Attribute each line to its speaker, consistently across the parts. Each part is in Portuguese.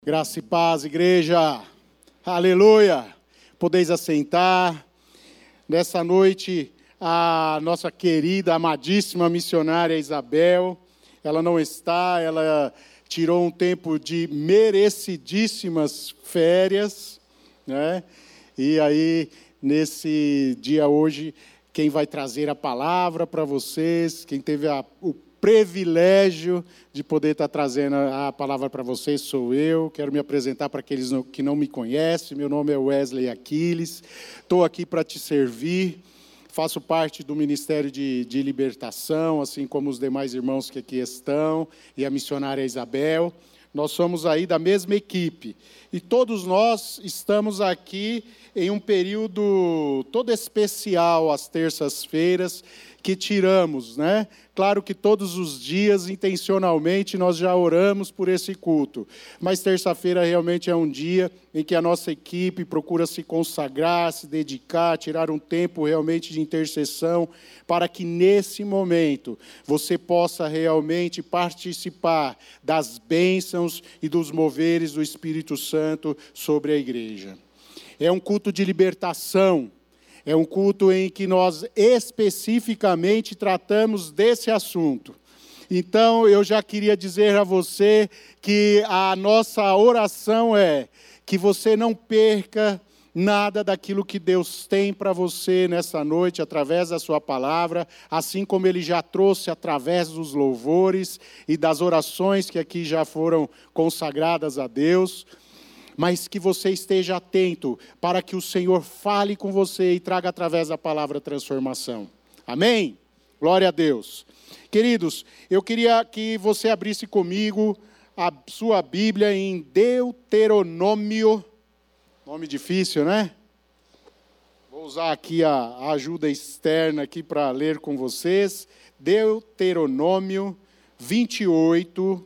Speaker 1: Graça e paz, igreja. Aleluia. Podeis assentar. Nessa noite, a nossa querida, amadíssima missionária Isabel, ela não está, ela tirou um tempo de merecidíssimas férias, né? E aí, nesse dia hoje, quem vai trazer a palavra para vocês, quem teve o privilégio de poder estar trazendo a palavra para vocês sou eu. Quero me apresentar para aqueles que não me conhecem. Meu nome é Wesley Aquiles. Estou aqui para te servir. Faço parte do Ministério de Libertação, assim como os demais irmãos que aqui estão, e a missionária Isabel. Nós somos aí da mesma equipe. E todos nós estamos aqui em um período todo especial, às terças-feiras, que tiramos, né? Claro que todos os dias, intencionalmente, nós já oramos por esse culto. Mas terça-feira realmente é um dia em que a nossa equipe procura se consagrar, se dedicar, tirar um tempo realmente de intercessão, para que nesse momento você possa realmente participar das bênçãos e dos moveres do Espírito Santo sobre a igreja. É um culto de libertação. É um culto em que nós especificamente tratamos desse assunto. Então, eu já queria dizer a você que a nossa oração é que você não perca nada daquilo que Deus tem para você nessa noite, através da sua palavra, assim como Ele já trouxe através dos louvores e das orações que aqui já foram consagradas a Deus. Mas que você esteja atento para que o Senhor fale com você e traga através da palavra transformação. Amém? Glória a Deus. Queridos, eu queria que você abrisse comigo a sua Bíblia em Deuteronômio. Nome difícil, né? Vou usar aqui a ajuda externa aqui para ler com vocês. Deuteronômio 28.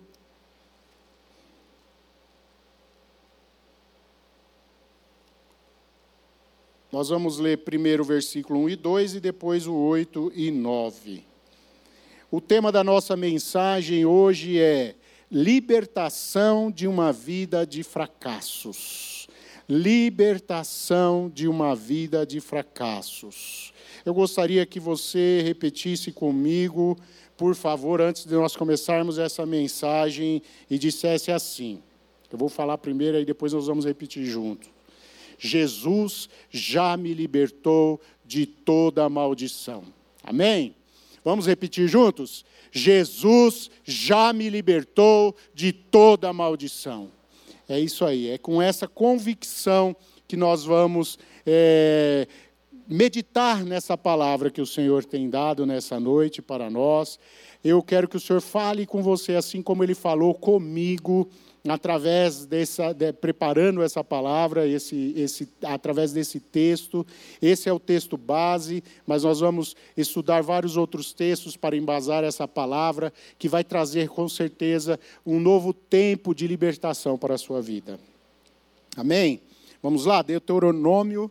Speaker 1: Nós vamos ler primeiro o versículo 1 e 2 e depois o 8 e 9. O tema da nossa mensagem hoje é libertação de uma vida de fracassos. Libertação de uma vida de fracassos. Eu gostaria que você repetisse comigo, por favor, antes de nós começarmos essa mensagem, e dissesse assim. Eu vou falar primeiro e depois nós vamos repetir junto. Jesus já me libertou de toda a maldição. Amém? Vamos repetir juntos? Jesus já me libertou de toda a maldição. É isso aí, é com essa convicção que nós vamos meditar nessa palavra que o Senhor tem dado nessa noite para nós. Eu quero que o Senhor fale com você assim como Ele falou comigo, através preparando essa palavra, através desse texto. Esse é o texto base, mas nós vamos estudar vários outros textos para embasar essa palavra, que vai trazer com certeza um novo tempo de libertação para a sua vida. Amém? Vamos lá, Deuteronômio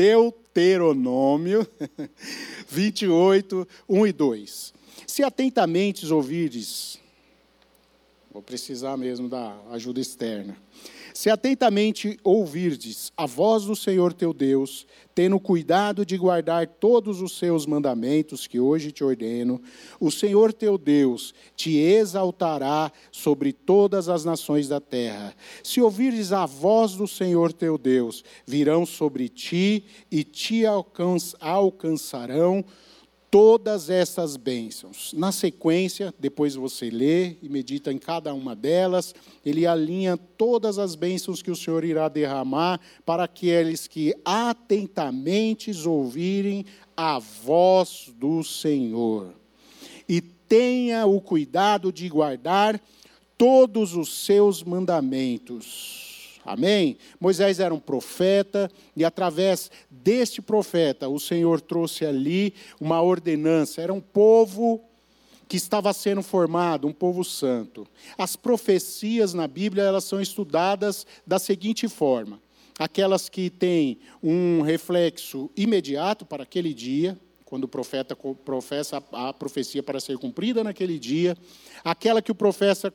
Speaker 1: 28, 1 e 2. Se atentamente ouvirdes, vou precisar mesmo da ajuda externa. Se atentamente ouvirdes a voz do Senhor teu Deus, tendo cuidado de guardar todos os seus mandamentos que hoje te ordeno, o Senhor teu Deus te exaltará sobre todas as nações da terra. Se ouvirdes a voz do Senhor teu Deus, virão sobre ti e te alcançarão todas essas bênçãos. Na sequência, depois você lê e medita em cada uma delas, ele alinha todas as bênçãos que o Senhor irá derramar para aqueles que atentamente ouvirem a voz do Senhor. E tenha o cuidado de guardar todos os seus mandamentos. Amém? Moisés era um profeta e através deste profeta o Senhor trouxe ali uma ordenança. Era um povo que estava sendo formado, um povo santo. As profecias na Bíblia, elas são estudadas da seguinte forma. Aquelas que têm um reflexo imediato para aquele dia, quando o profeta professa a profecia para ser cumprida naquele dia, aquela que o profeta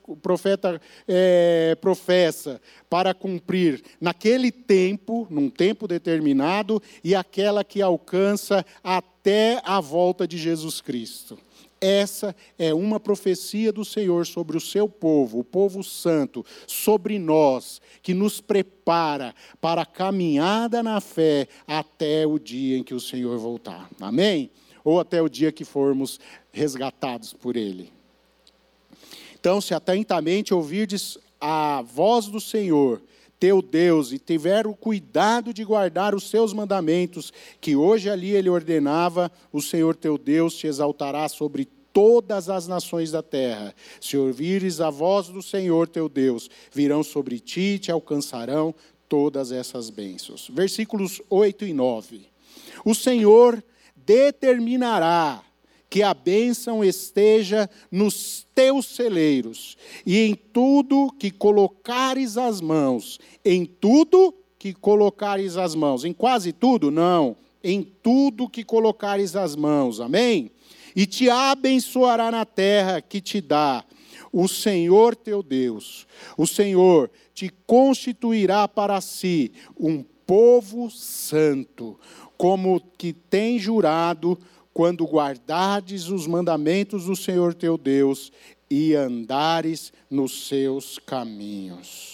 Speaker 1: professa para cumprir naquele tempo, num tempo determinado, e aquela que alcança até a volta de Jesus Cristo. Essa é uma profecia do Senhor sobre o seu povo, o povo santo, sobre nós, que nos prepara para a caminhada na fé até o dia em que o Senhor voltar. Amém? Ou até o dia que formos resgatados por Ele. Então, se atentamente ouvirdes a voz do Senhor, teu Deus, e tiver o cuidado de guardar os seus mandamentos, que hoje ali Ele ordenava, o Senhor teu Deus te exaltará sobre todas as nações da terra. Se ouvires a voz do Senhor teu Deus, virão sobre ti e te alcançarão todas essas bênçãos. Versículos 8 e 9. O Senhor determinará que a bênção esteja nos teus celeiros, e em tudo que colocares as mãos, em tudo que colocares as mãos, em quase tudo, não, em tudo que colocares as mãos, amém? E te abençoará na terra que te dá o Senhor teu Deus. O Senhor te constituirá para si um povo santo, como que tem jurado, quando guardares os mandamentos do Senhor teu Deus e andares nos seus caminhos.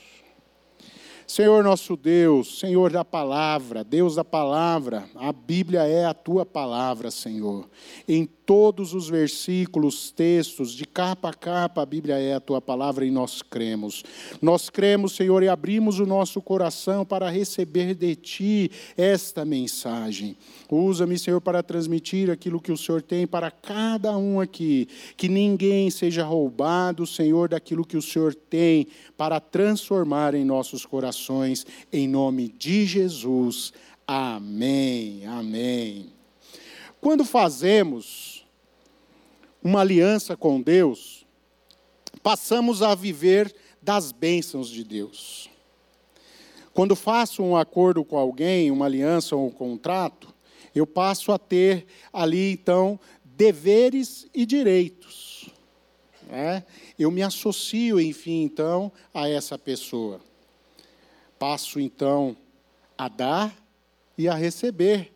Speaker 1: Senhor nosso Deus, Senhor da palavra, Deus da palavra, a Bíblia é a tua palavra, Senhor. Em todos os versículos, textos, de capa a capa, a Bíblia é a tua palavra e nós cremos. Nós cremos, Senhor, e abrimos o nosso coração para receber de ti esta mensagem. Usa-me, Senhor, para transmitir aquilo que o Senhor tem para cada um aqui. Que ninguém seja roubado, Senhor, daquilo que o Senhor tem para transformar em nossos corações. Em nome de Jesus. Amém. Amém. Quando fazemos uma aliança com Deus, passamos a viver das bênçãos de Deus. Quando faço um acordo com alguém, uma aliança ou um contrato, eu passo a ter ali, então, deveres e direitos. Né? Eu me associo, enfim, então, a essa pessoa. Passo, então, a dar e a receber,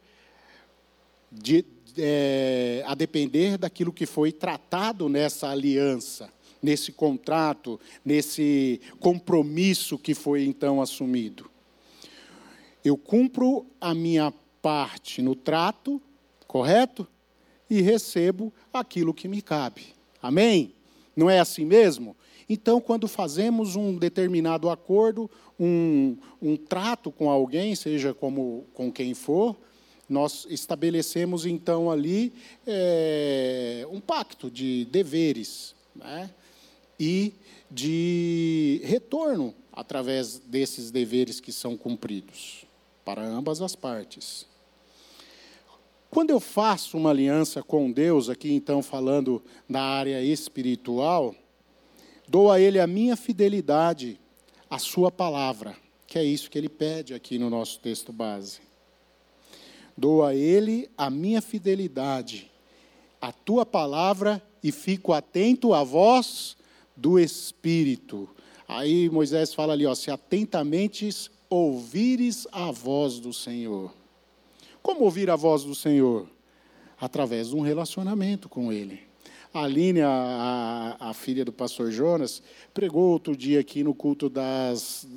Speaker 1: a depender daquilo que foi tratado nessa aliança, nesse contrato, nesse compromisso que foi, então, assumido. Eu cumpro a minha parte no trato, correto? E recebo aquilo que me cabe. Amém? Não é assim mesmo? Então, quando fazemos um determinado acordo, um trato com alguém, seja com quem for, nós estabelecemos, então, ali um pacto de deveres, né? E de retorno através desses deveres que são cumpridos, para ambas as partes. Quando eu faço uma aliança com Deus, aqui então falando da área espiritual, dou a Ele a minha fidelidade, a sua palavra, que é isso que Ele pede aqui no nosso texto base. Dou a Ele a minha fidelidade, a tua palavra, e fico atento à voz do Espírito. Aí Moisés fala ali, se atentamente ouvires a voz do Senhor. Como ouvir a voz do Senhor? Através de um relacionamento com Ele. A Aline, a filha do pastor Jonas, pregou outro dia aqui no culto das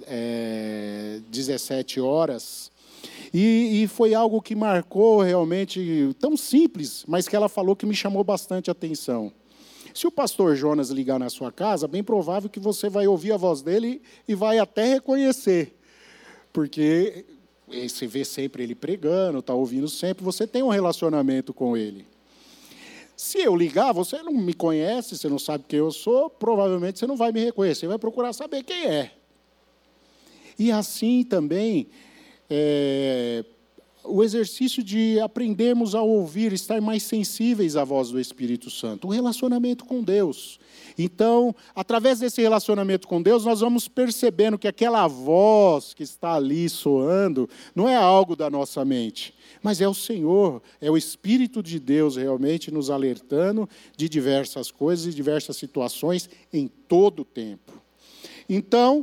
Speaker 1: 17 horas. E foi algo que marcou realmente, tão simples, mas que ela falou que me chamou bastante a atenção. Se o pastor Jonas ligar na sua casa, bem provável que você vai ouvir a voz dele e vai até reconhecer. Porque você vê sempre ele pregando, está ouvindo sempre, você tem um relacionamento com ele. Se eu ligar, você não me conhece, você não sabe quem eu sou, provavelmente você não vai me reconhecer, vai procurar saber quem é. E assim também, o exercício de aprendermos a ouvir, estar mais sensíveis à voz do Espírito Santo, o relacionamento com Deus. Então, através desse relacionamento com Deus, nós vamos percebendo que aquela voz que está ali soando, não é algo da nossa mente, mas é o Senhor, é o Espírito de Deus realmente nos alertando de diversas coisas e diversas situações em todo o tempo. Então,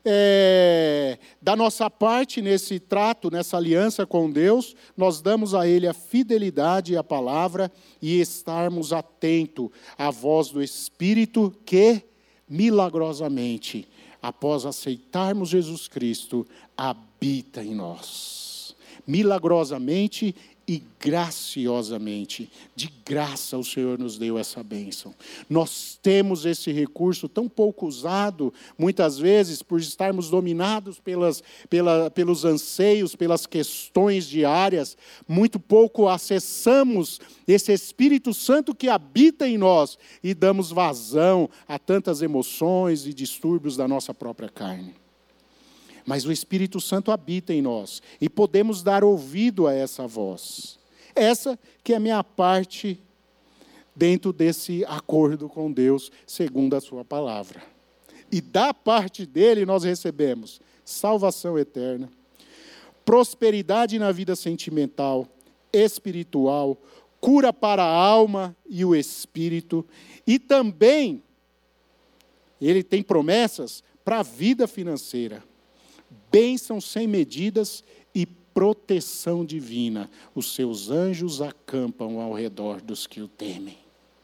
Speaker 1: da nossa parte, nesse trato, nessa aliança com Deus, nós damos a Ele a fidelidade à palavra e estarmos atentos à voz do Espírito que, milagrosamente, após aceitarmos Jesus Cristo, habita em nós. Milagrosamente e graciosamente, de graça o Senhor nos deu essa bênção. Nós temos esse recurso tão pouco usado, muitas vezes, por estarmos dominados pelos anseios, pelas questões diárias, muito pouco acessamos esse Espírito Santo que habita em nós e damos vazão a tantas emoções e distúrbios da nossa própria carne. Mas o Espírito Santo habita em nós e podemos dar ouvido a essa voz. Essa que é a minha parte dentro desse acordo com Deus, segundo a sua palavra. E da parte dele nós recebemos salvação eterna, prosperidade na vida sentimental, espiritual, cura para a alma e o espírito. E também ele tem promessas para a vida financeira. Bênçãos sem medidas e proteção divina. Os seus anjos acampam ao redor dos que o temem.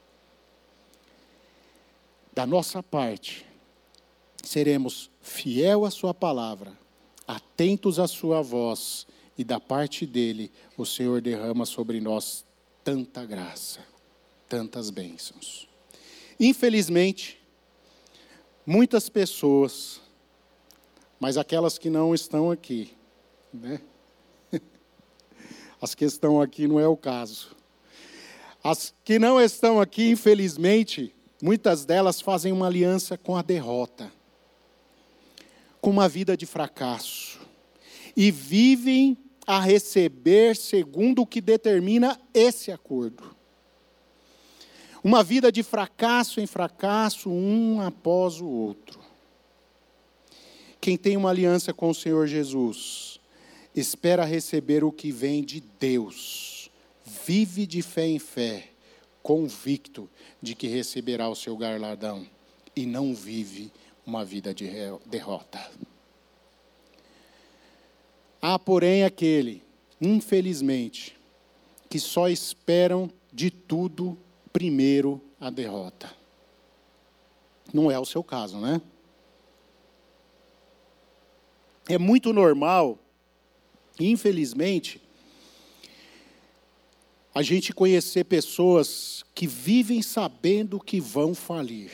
Speaker 1: Da nossa parte, seremos fiel à sua palavra, atentos à sua voz, e da parte dele, o Senhor derrama sobre nós tanta graça, tantas bênçãos. Infelizmente, muitas pessoas, mas aquelas que não estão aqui, né? As que estão aqui não é o caso. As que não estão aqui, infelizmente, muitas delas fazem uma aliança com a derrota, com uma vida de fracasso, e vivem a receber segundo o que determina esse acordo. Uma vida de fracasso em fracasso, um após o outro. Quem tem uma aliança com o Senhor Jesus, espera receber o que vem de Deus, vive de fé em fé, convicto de que receberá o seu galardão, e não vive uma vida de derrota. Há, porém, aquele, infelizmente, que só esperam de tudo primeiro a derrota. Não é o seu caso, né? É muito normal, infelizmente, a gente conhecer pessoas que vivem sabendo que vão falir.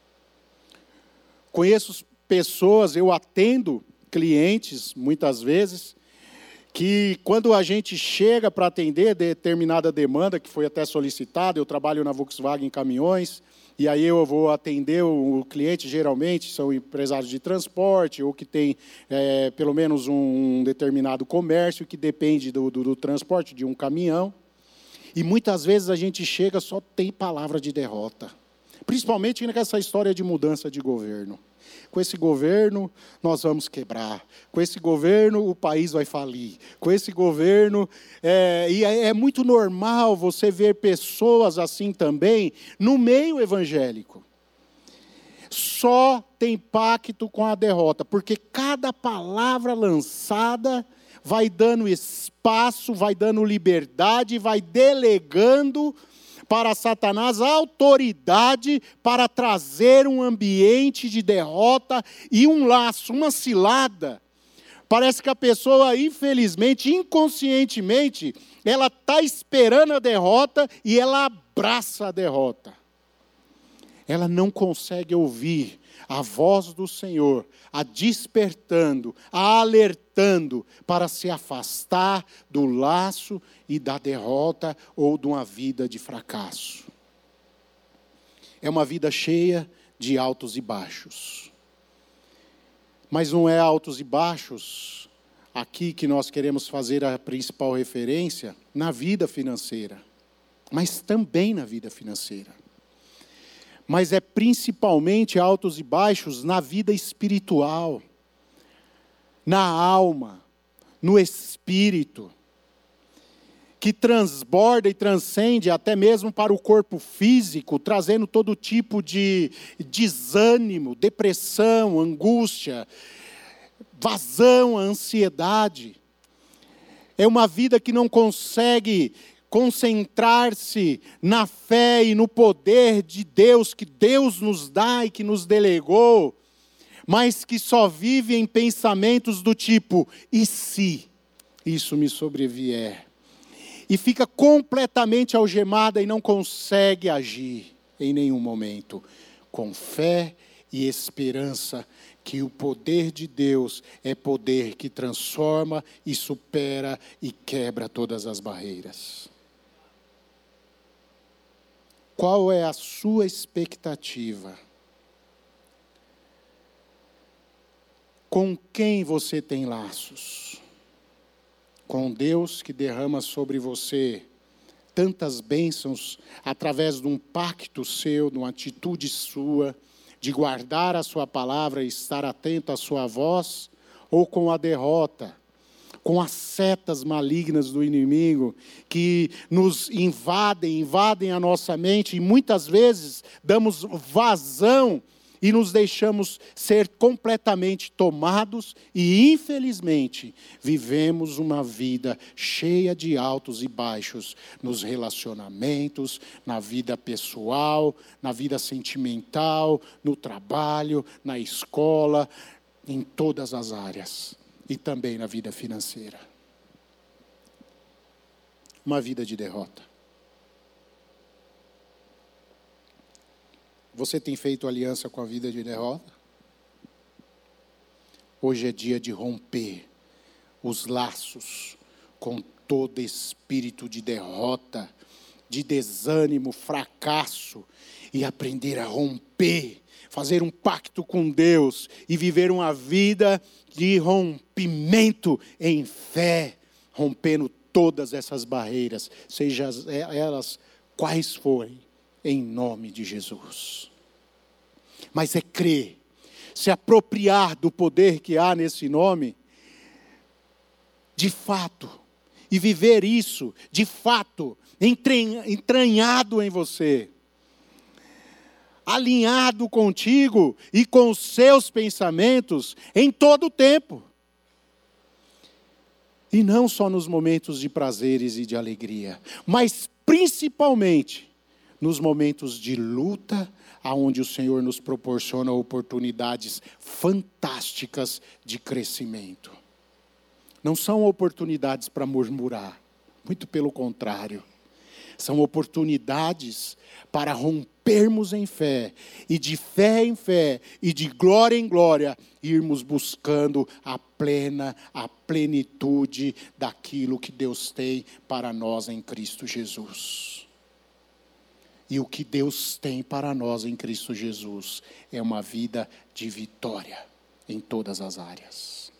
Speaker 1: Conheço pessoas, eu atendo clientes, muitas vezes, que quando a gente chega para atender determinada demanda, que foi até solicitada, eu trabalho na Volkswagen Caminhões, e aí eu vou atender o cliente, geralmente são empresários de transporte, ou que tem pelo menos um determinado comércio que depende do transporte de um caminhão. E muitas vezes a gente chega, só tem palavra de derrota. Principalmente nessa história de mudança de governo. Com esse governo, nós vamos quebrar. Com esse governo, o país vai falir. Com esse governo... E é muito normal você ver pessoas assim também no meio evangélico. Só tem pacto com a derrota, porque cada palavra lançada vai dando espaço, vai dando liberdade, vai delegando para Satanás a autoridade para trazer um ambiente de derrota e um laço, uma cilada. Parece que a pessoa, infelizmente, inconscientemente, ela está esperando a derrota e ela abraça a derrota. Ela não consegue ouvir a voz do Senhor, a despertando, a alertando para se afastar do laço e da derrota ou de uma vida de fracasso. É uma vida cheia de altos e baixos. Mas não é altos e baixos aqui que nós queremos fazer a principal referência na vida financeira, mas também na vida financeira. Mas é principalmente altos e baixos na vida espiritual, na alma, no espírito, que transborda e transcende até mesmo para o corpo físico, trazendo todo tipo de desânimo, depressão, angústia, vazão, ansiedade. É uma vida que não consegue concentrar-se na fé e no poder de Deus, que Deus nos dá e que nos delegou, mas que só vive em pensamentos do tipo, e se isso me sobrevier? E fica completamente algemada e não consegue agir em nenhum momento, com fé e esperança, que o poder de Deus é poder que transforma e supera e quebra todas as barreiras. Qual é a sua expectativa? Com quem você tem laços? Com Deus que derrama sobre você tantas bênçãos através de um pacto seu, de uma atitude sua, de guardar a sua palavra e estar atento à sua voz, ou com a derrota, com as setas malignas do inimigo, que nos invadem a nossa mente, e muitas vezes damos vazão e nos deixamos ser completamente tomados e, infelizmente, vivemos uma vida cheia de altos e baixos nos relacionamentos, na vida pessoal, na vida sentimental, no trabalho, na escola, em todas as áreas e também na vida financeira. Uma vida de derrota. Você tem feito aliança com a vida de derrota? Hoje é dia de romper os laços com todo espírito de derrota, de desânimo, fracasso, e aprender a romper, fazer um pacto com Deus e viver uma vida de rompimento em fé, rompendo todas essas barreiras, sejam elas quais forem, em nome de Jesus. Mas é crer, se apropriar do poder que há nesse nome, de fato, e viver isso, de fato, entranhado em você, alinhado contigo e com os seus pensamentos em todo o tempo. E não só nos momentos de prazeres e de alegria, mas principalmente nos momentos de luta, aonde o Senhor nos proporciona oportunidades fantásticas de crescimento. Não são oportunidades para murmurar, muito pelo contrário. São oportunidades para rompermos em fé, e de fé em fé, e de glória em glória, irmos buscando a plenitude daquilo que Deus tem para nós em Cristo Jesus. E o que Deus tem para nós em Cristo Jesus é uma vida de vitória em todas as áreas.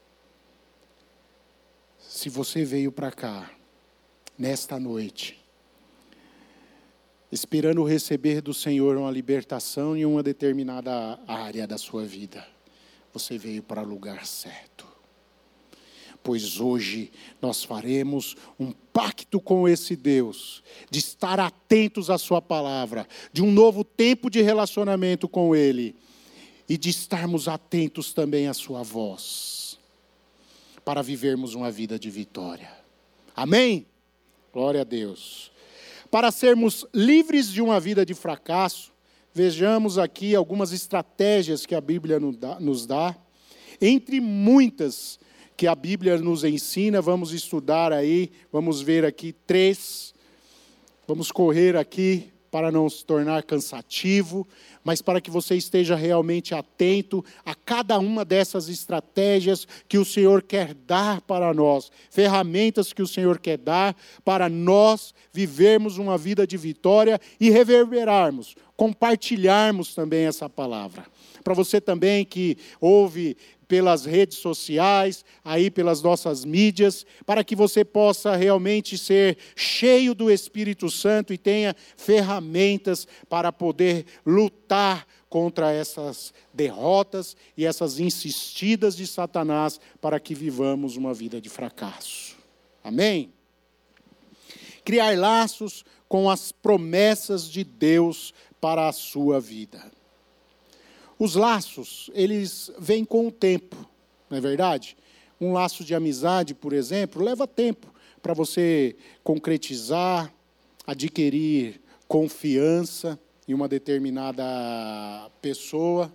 Speaker 1: Se você veio para cá, nesta noite, esperando receber do Senhor uma libertação em uma determinada área da sua vida, você veio para o lugar certo. Pois hoje nós faremos um pacto com esse Deus, de estar atentos à sua palavra, de um novo tempo de relacionamento com Ele, e de estarmos atentos também à sua voz, para vivermos uma vida de vitória. Amém? Glória a Deus. Para sermos livres de uma vida de fracasso, vejamos aqui algumas estratégias que a Bíblia nos dá. Entre muitas que a Bíblia nos ensina, vamos estudar aí, vamos ver aqui 3. Vamos correr aqui para não se tornar cansativo, mas para que você esteja realmente atento a cada uma dessas estratégias que o Senhor quer dar para nós, ferramentas que o Senhor quer dar para nós vivermos uma vida de vitória e reverberarmos compartilharmos também essa palavra. Para você também que ouve pelas redes sociais, aí pelas nossas mídias, para que você possa realmente ser cheio do Espírito Santo e tenha ferramentas para poder lutar contra essas derrotas e essas insistidas de Satanás, para que vivamos uma vida de fracasso. Amém? Criar laços com as promessas de Deus para a sua vida. Os laços, eles vêm com o tempo, não é verdade? Um laço de amizade, por exemplo, leva tempo para você concretizar, adquirir confiança em uma determinada pessoa.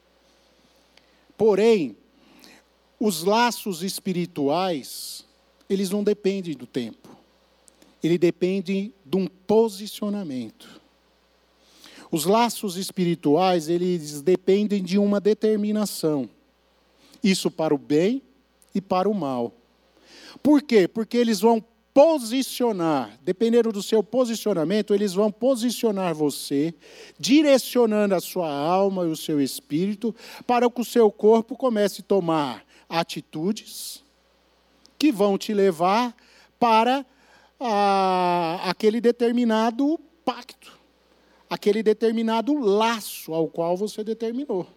Speaker 1: Porém, os laços espirituais, eles não dependem do tempo. Ele depende de um posicionamento. Os laços espirituais, eles dependem de uma determinação. Isso para o bem e para o mal. Por quê? Porque eles vão posicionar, dependendo do seu posicionamento, eles vão posicionar você, direcionando a sua alma e o seu espírito, para que o seu corpo comece a tomar atitudes que vão te levar para aquele determinado pacto, aquele determinado laço ao qual você determinou.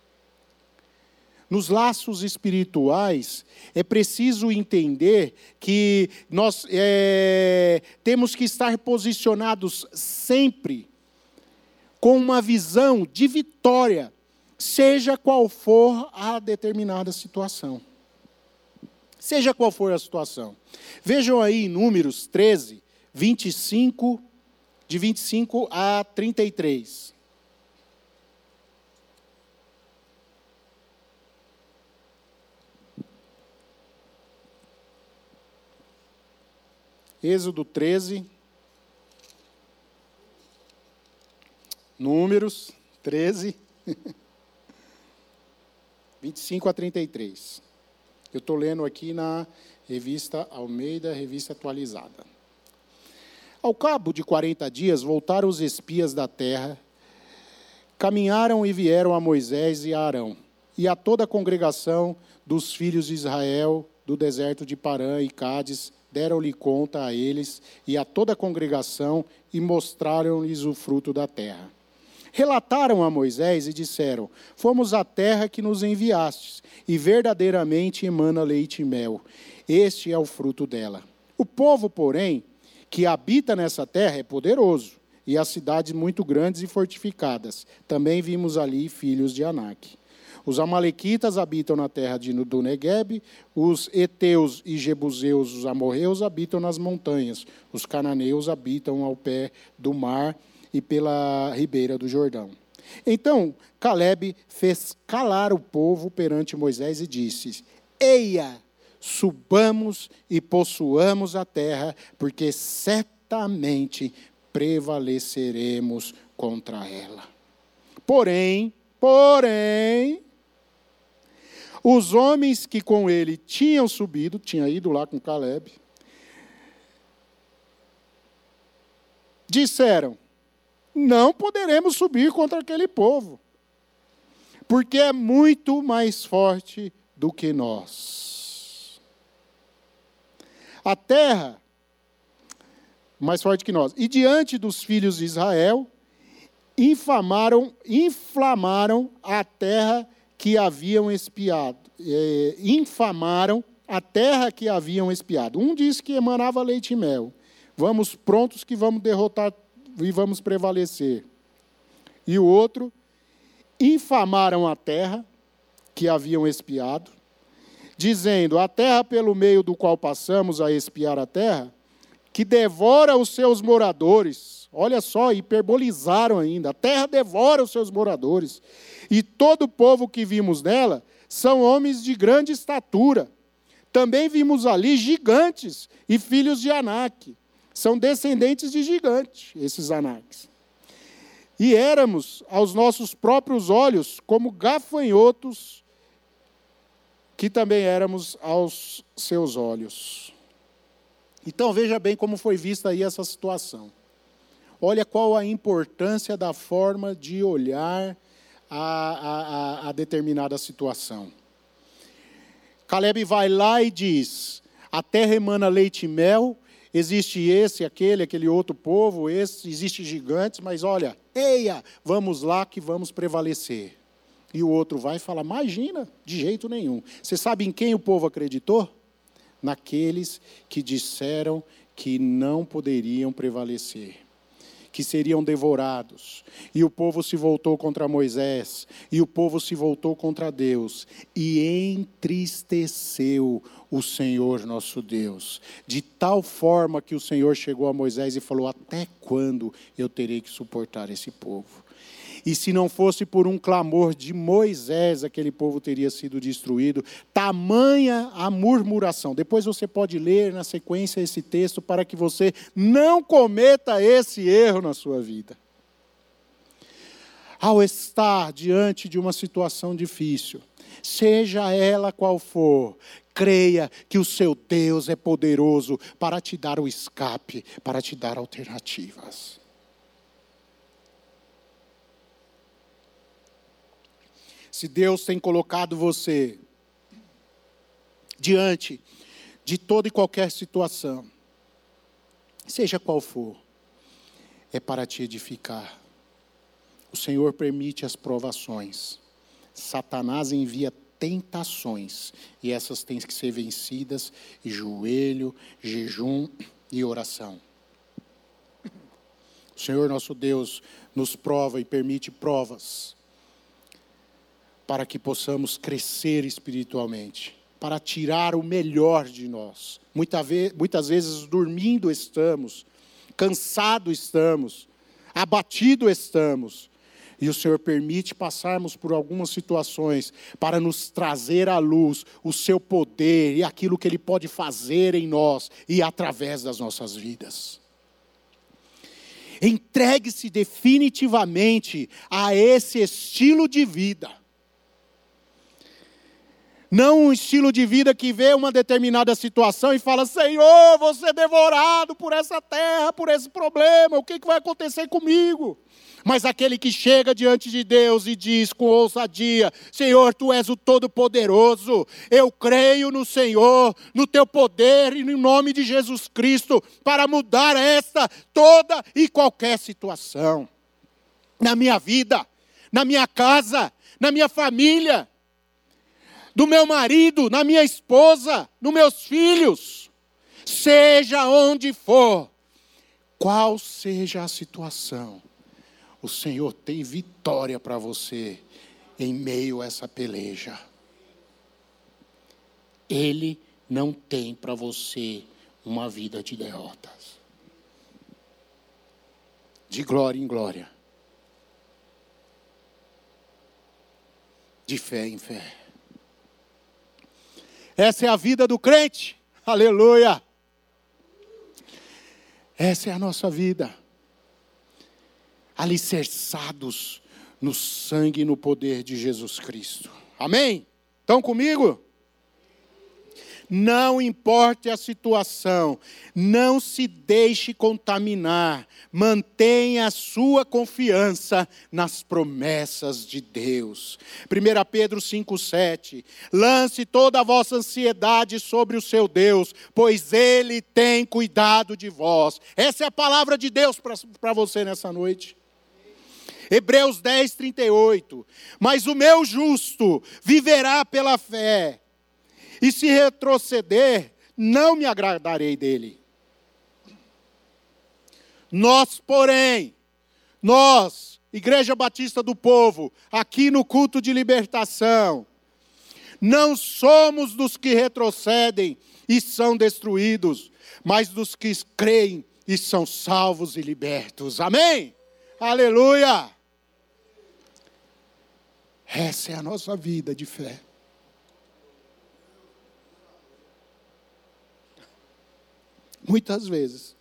Speaker 1: Nos laços espirituais, é preciso entender que nós temos que estar posicionados sempre com uma visão de vitória, seja qual for a determinada situação. Seja qual for a situação. Vejam aí em Números 13, 25, de 25 a 33. Êxodo 13, Números 13, 25 a 33. Eu estou lendo aqui na revista Almeida, revista atualizada. Ao cabo de 40 dias, voltaram os espias da terra, caminharam e vieram a Moisés e a Arão, e a toda a congregação dos filhos de Israel, do deserto de Parã e Cádiz, deram-lhe conta a eles e a toda a congregação e mostraram-lhes o fruto da terra. Relataram a Moisés e disseram: fomos à terra que nos enviastes, e verdadeiramente emana leite e mel. Este é o fruto dela. O povo, porém, que habita nessa terra é poderoso, e as cidades muito grandes e fortificadas. Também vimos ali filhos de Anak. Os amalequitas habitam na terra do Neguebe, os heteus e jebuseus, os amorreus, habitam nas montanhas, os cananeus habitam ao pé do mar e pela ribeira do Jordão. Então Calebe fez calar o povo perante Moisés e disse: eia, subamos e possuamos a terra, porque certamente prevaleceremos contra ela. Porém, os homens que com ele tinham subido, tinha ido lá com Calebe, disseram: não poderemos subir contra aquele povo, porque é muito mais forte do que nós. A terra, mais forte que nós. E diante dos filhos de Israel, inflamaram a terra que haviam espiado. Infamaram a terra que haviam espiado. Um disse que emanava leite e mel. Vamos prontos que vamos derrotar e vamos prevalecer. E o outro, infamaram a terra que haviam espiado, dizendo: a terra pelo meio do qual passamos a espiar a terra, que devora os seus moradores. Olha só, hiperbolizaram ainda. A terra devora os seus moradores. E todo o povo que vimos nela são homens de grande estatura. Também vimos ali gigantes e filhos de Anak. São descendentes de gigantes, esses Anaques. E éramos, aos nossos próprios olhos, como gafanhotos, que também éramos aos seus olhos. Então, veja bem como foi vista aí essa situação. olha qual a importância da forma de olhar a determinada situação. Caleb vai lá e diz, a terra emana leite e mel, existe esse, aquele outro povo, existe gigantes, mas olha, eia, vamos lá que vamos prevalecer. E o outro vai e fala, imagina, de jeito nenhum. Você sabe em quem o povo acreditou? Naqueles que disseram que não poderiam prevalecer, que seriam devorados. E o povo se voltou contra Moisés, e o povo se voltou contra Deus, e entristeceu o Senhor nosso Deus, de tal forma que o Senhor chegou a Moisés e falou, até quando eu terei que suportar esse povo? E se não fosse por um clamor de Moisés, aquele povo teria sido destruído. Tamanha a murmuração. Depois você pode ler na sequência esse texto para que você não cometa esse erro na sua vida. Ao estar diante de uma situação difícil, seja ela qual for, creia que o seu Deus é poderoso para te dar o escape, para te dar alternativas. Se Deus tem colocado você diante de toda e qualquer situação, seja qual for, é para te edificar. O Senhor permite as provações. Satanás envia tentações, e essas têm que ser vencidas em joelho, jejum e oração. O Senhor nosso Deus nos prova e permite provas, para que possamos crescer espiritualmente, para tirar o melhor de nós. Muitas vezes dormindo estamos, cansados estamos, abatidos estamos, e o Senhor permite passarmos por algumas situações para nos trazer à luz o seu poder e aquilo que Ele pode fazer em nós e através das nossas vidas. Entregue-se definitivamente a esse estilo de vida. Não um estilo de vida que vê uma determinada situação e fala, Senhor, vou ser devorado por essa terra, por esse problema, o que vai acontecer comigo? Mas aquele que chega diante de Deus e diz com ousadia, Senhor, Tu és o Todo-Poderoso, eu creio no Senhor, no Teu poder e no nome de Jesus Cristo, para mudar esta, toda e qualquer situação. Na minha vida, na minha casa, na minha família, do meu marido, na minha esposa, nos meus filhos, seja onde for, qual seja a situação, o Senhor tem vitória para você em meio a essa peleja. Ele não tem para você uma vida de derrotas. De glória em glória. De fé em fé. Essa é a vida do crente. Aleluia. Essa é a nossa vida. Alicerçados no sangue e no poder de Jesus Cristo. Amém? Estão comigo? Não importe a situação, não se deixe contaminar, mantenha a sua confiança nas promessas de Deus. 1 Pedro 5,7, lance toda a vossa ansiedade sobre o seu Deus, pois Ele tem cuidado de vós. Essa é a palavra de Deus para você nessa noite. Hebreus 10:38, mas o meu justo viverá pela fé. E se retroceder, não me agradarei dele. Nós, porém, Igreja Batista do Povo, aqui no culto de libertação, não somos dos que retrocedem e são destruídos, mas dos que creem e são salvos e libertos. Amém? Aleluia! Essa é a nossa vida de fé. Muitas vezes,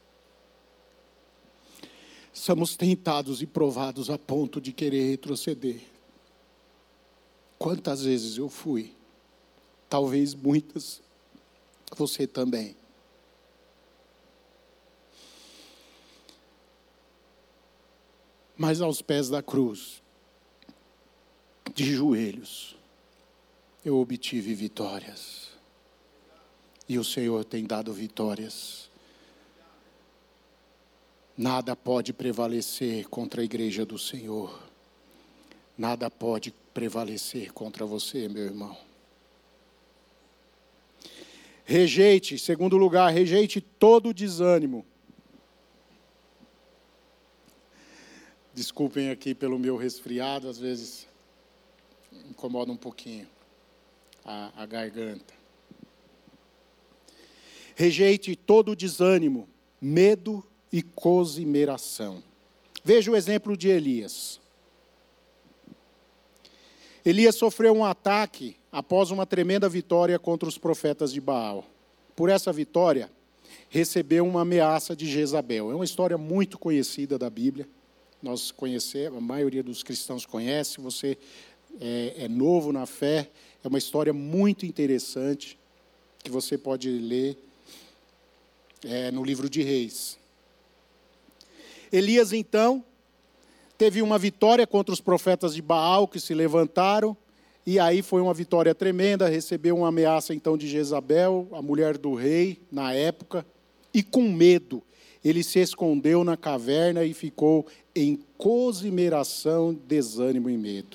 Speaker 1: somos tentados e provados a ponto de querer retroceder. Quantas vezes eu fui? Talvez muitas, você também. Mas aos pés da cruz, de joelhos, eu obtive vitórias. E o Senhor tem dado vitórias. Nada pode prevalecer contra a igreja do Senhor. Nada pode prevalecer contra você, meu irmão. Rejeite, segundo lugar, rejeite todo o desânimo. Desculpem aqui pelo meu resfriado, às vezes incomoda um pouquinho a garganta. Rejeite todo o desânimo, medo e cosimeração. Veja o exemplo de Elias. Elias sofreu um ataque após uma tremenda vitória contra os profetas de Baal. Por essa vitória, recebeu uma ameaça de Jezabel. É uma história muito conhecida da Bíblia. Nós conhecemos, a maioria dos cristãos conhece, você é novo na fé. É uma história muito interessante que você pode ler no livro de Reis. Elias, então, teve uma vitória contra os profetas de Baal que se levantaram, e aí foi uma vitória tremenda, recebeu uma ameaça então de Jezabel, a mulher do rei, na época, e com medo, ele se escondeu na caverna e ficou em cosimeração, desânimo e medo.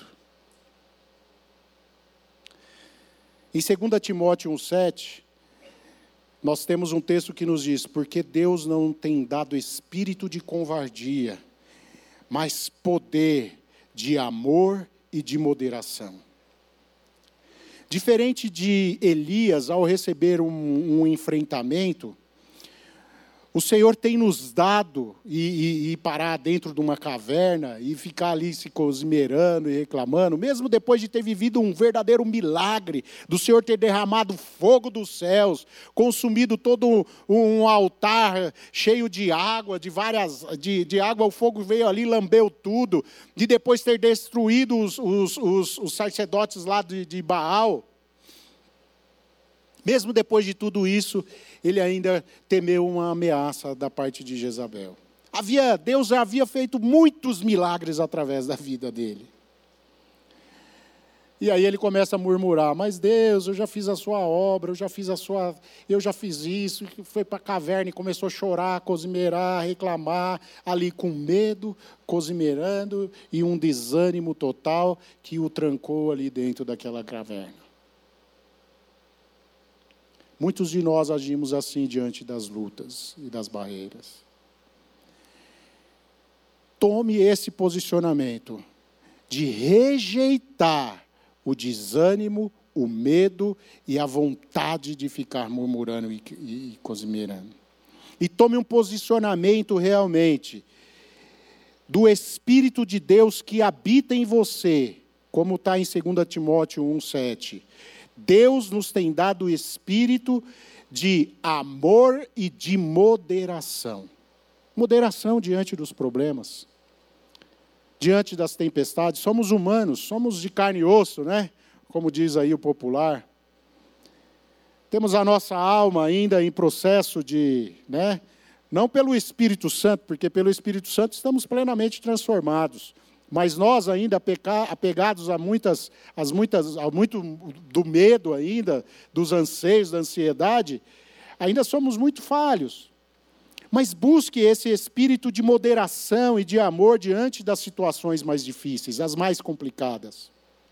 Speaker 1: Em 2 Timóteo 1,7, nós temos um texto que nos diz: porque Deus não tem dado espírito de covardia, mas poder de amor e de moderação. Diferente de Elias, ao receber um enfrentamento, o Senhor tem nos dado e parar dentro de uma caverna e ficar ali se cosimerando e reclamando, mesmo depois de ter vivido um verdadeiro milagre, do Senhor ter derramado fogo dos céus, consumido todo um altar cheio de água, de água, o fogo veio ali, lambeu tudo, de depois ter destruído os sacerdotes lá de Baal. Mesmo depois de tudo isso, ele ainda temeu uma ameaça da parte de Jezabel. Deus já havia feito muitos milagres através da vida dele. E aí ele começa a murmurar: mas Deus, eu já fiz a sua obra, eu já fiz isso. Foi para a caverna e começou a chorar, cosimerar, reclamar, ali com medo, cosimerando, e um desânimo total que o trancou ali dentro daquela caverna. Muitos de nós agimos assim diante das lutas e das barreiras. Tome esse posicionamento de rejeitar o desânimo, o medo e a vontade de ficar murmurando e cosimerando. E tome um posicionamento realmente do Espírito de Deus que habita em você, como está em 2 Timóteo 1,7. Deus nos tem dado o espírito de amor e de moderação. Moderação diante dos problemas, diante das tempestades. Somos humanos, somos de carne e osso, né? Como diz aí o popular. Temos a nossa alma ainda em processo de, né? Não pelo Espírito Santo, porque pelo Espírito Santo estamos plenamente transformados. Mas nós ainda apegados a muito do medo ainda, dos anseios, da ansiedade, ainda somos muito falhos. Mas busque esse espírito de moderação e de amor diante das situações mais difíceis, as mais complicadas.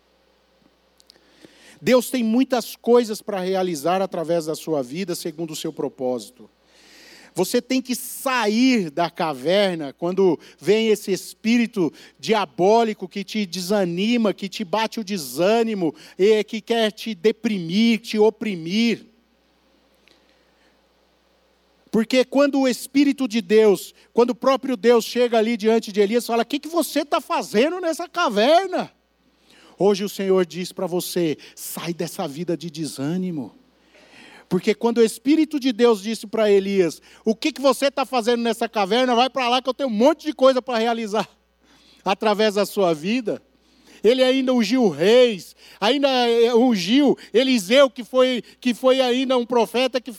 Speaker 1: Deus tem muitas coisas para realizar através da sua vida, segundo o seu propósito. Você tem que sair da caverna quando vem esse espírito diabólico que te desanima, que te bate o desânimo, e que quer te deprimir, te oprimir. Porque quando o Espírito de Deus, quando o próprio Deus chega ali diante de Elias, fala: o que você está fazendo nessa caverna? Hoje o Senhor diz para você: sai dessa vida de desânimo. Porque quando o Espírito de Deus disse para Elias: o que você está fazendo nessa caverna? Vai para lá que eu tenho um monte de coisa para realizar através da sua vida. Ele ainda ungiu reis, ainda ungiu Eliseu, que foi ainda um profeta que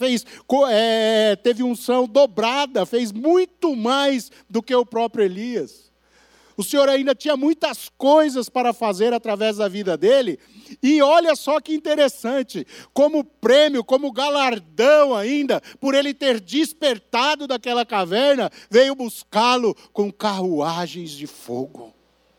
Speaker 1: teve unção dobrada, fez muito mais do que o próprio Elias. O Senhor ainda tinha muitas coisas para fazer através da vida dele. E olha só que interessante, como prêmio, como galardão ainda, por ele ter despertado daquela caverna, veio buscá-lo com carruagens de fogo.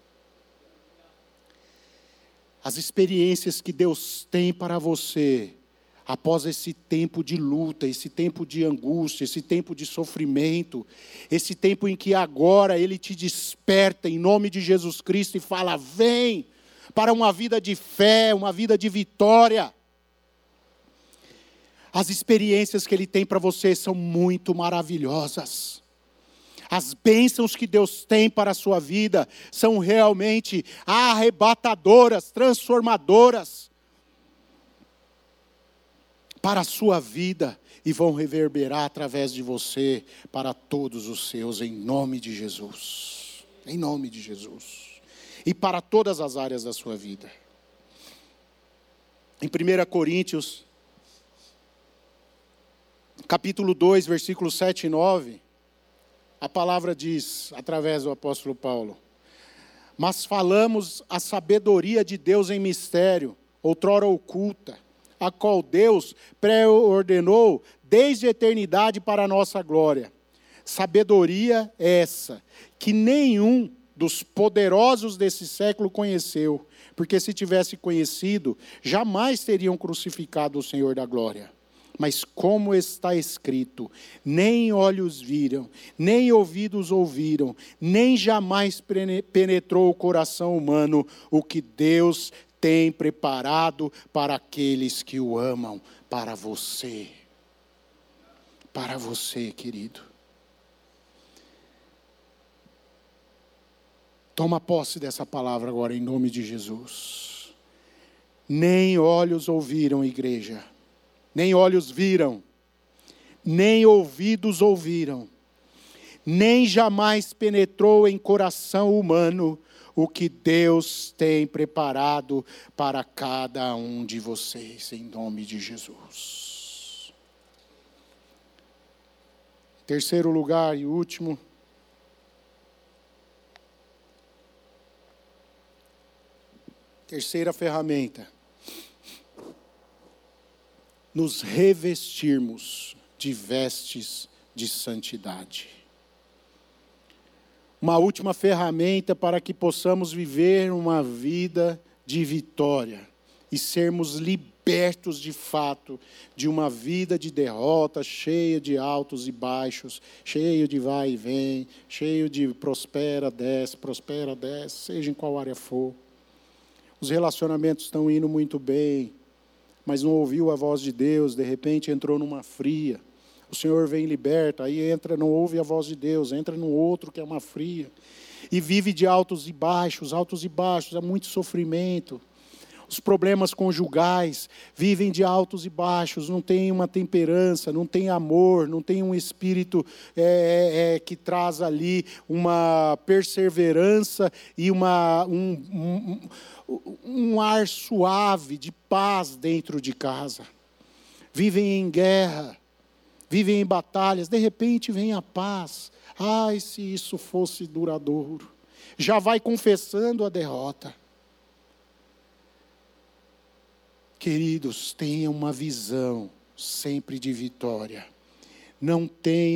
Speaker 1: As experiências que Deus tem para você, após esse tempo de luta, esse tempo de angústia, esse tempo de sofrimento, esse tempo em que agora Ele te desperta em nome de Jesus Cristo e fala: vem para uma vida de fé, uma vida de vitória. As experiências que Ele tem para você são muito maravilhosas. As bênçãos que Deus tem para a sua vida são realmente arrebatadoras, transformadoras para a sua vida, e vão reverberar através de você para todos os seus, em nome de Jesus. Em nome de Jesus. E para todas as áreas da sua vida. Em 1 Coríntios, capítulo 2, versículos 7 e 9, a palavra diz, através do apóstolo Paulo: mas falamos a sabedoria de Deus em mistério, outrora oculta, a qual Deus pré-ordenou desde a eternidade para a nossa glória. Sabedoria essa, que nenhum dos poderosos desse século conheceu, porque se tivesse conhecido, jamais teriam crucificado o Senhor da glória. Mas como está escrito, nem olhos viram, nem ouvidos ouviram, nem jamais penetrou o coração humano o que Deus tem preparado para aqueles que o amam, para você. Para você, querido. Toma posse dessa palavra agora em nome de Jesus. Nem olhos ouviram, igreja. Nem olhos viram. Nem ouvidos ouviram. Nem jamais penetrou em coração humano o que Deus tem preparado para cada um de vocês, em nome de Jesus. Terceiro lugar e último. Terceira ferramenta. Nos revestirmos de vestes de santidade. Uma última ferramenta para que possamos viver uma vida de vitória e sermos libertos de fato de uma vida de derrota, cheia de altos e baixos, cheio de vai e vem, cheio de prospera, desce, seja em qual área for. Os relacionamentos estão indo muito bem, mas não ouviu a voz de Deus, de repente entrou numa fria. O Senhor vem e liberta, aí entra, não ouve a voz de Deus, entra no outro que é uma fria. E vive de altos e baixos, há muito sofrimento. Os problemas conjugais vivem de altos e baixos, não tem uma temperança, não tem amor, não tem um espírito que traz ali uma perseverança e um ar suave de paz dentro de casa. Vivem em guerra. Vivem em batalhas, de repente vem a paz. Ai, se isso fosse duradouro. Já vai confessando a derrota. Queridos, tenha uma visão sempre de vitória. Não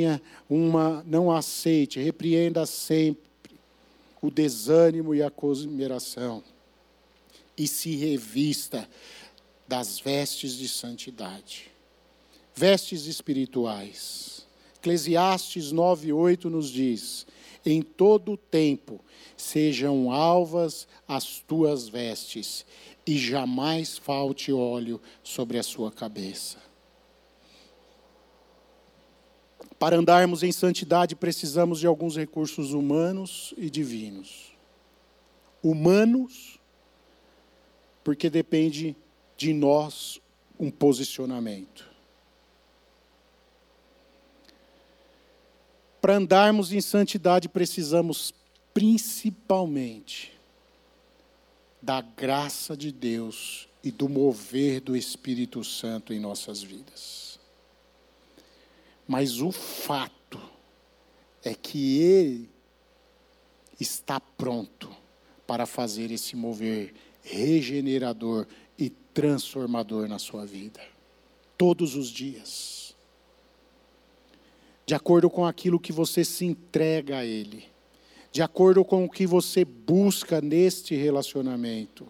Speaker 1: aceite, repreenda sempre o desânimo e a consideração. E se revista das vestes de santidade. Vestes espirituais. Eclesiastes 9:8 nos diz: em todo tempo sejam alvas as tuas vestes, e jamais falte óleo sobre a sua cabeça. Para andarmos em santidade, precisamos de alguns recursos humanos e divinos. Humanos, porque depende de nós um posicionamento. Para andarmos em santidade, precisamos principalmente da graça de Deus e do mover do Espírito Santo em nossas vidas. Mas o fato é que está pronto para fazer esse mover regenerador e transformador na sua vida. Todos os dias. De acordo com aquilo que você se entrega a Ele. De acordo com o que você busca neste relacionamento.